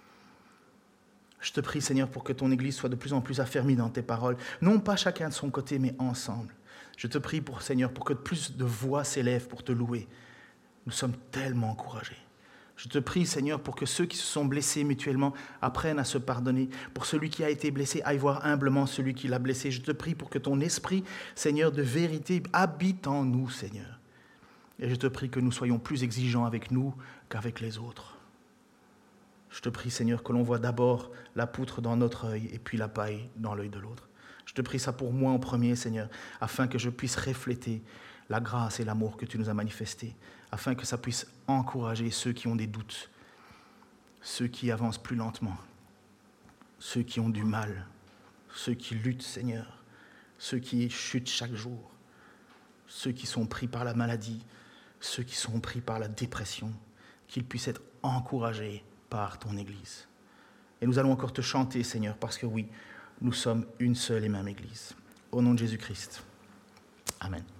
S2: Je te prie, Seigneur, pour que ton Église soit de plus en plus affermie dans tes paroles, non pas chacun de son côté, mais ensemble. Je te prie, Seigneur, pour que plus de voix s'élèvent pour te louer. Nous sommes tellement encouragés. Je te prie, Seigneur, pour que ceux qui se sont blessés mutuellement apprennent à se pardonner. Pour celui qui a été blessé, aille voir humblement celui qui l'a blessé. Je te prie pour que ton esprit, Seigneur, de vérité, habite en nous, Seigneur. Et je te prie que nous soyons plus exigeants avec nous qu'avec les autres. Je te prie, Seigneur, que l'on voit d'abord la poutre dans notre œil et puis la paille dans l'œil de l'autre. Je te prie ça pour moi en premier, Seigneur, afin que je puisse refléter la grâce et l'amour que tu nous as manifestés, afin que ça puisse encourager ceux qui ont des doutes, ceux qui avancent plus lentement, ceux qui ont du mal, ceux qui luttent, Seigneur, ceux qui chutent chaque jour, ceux qui sont pris par la maladie, ceux qui sont pris par la dépression, qu'ils puissent être encouragés par ton Église. Et nous allons encore te chanter, Seigneur, parce que oui, nous sommes une seule et même Église. Au nom de Jésus-Christ. Amen.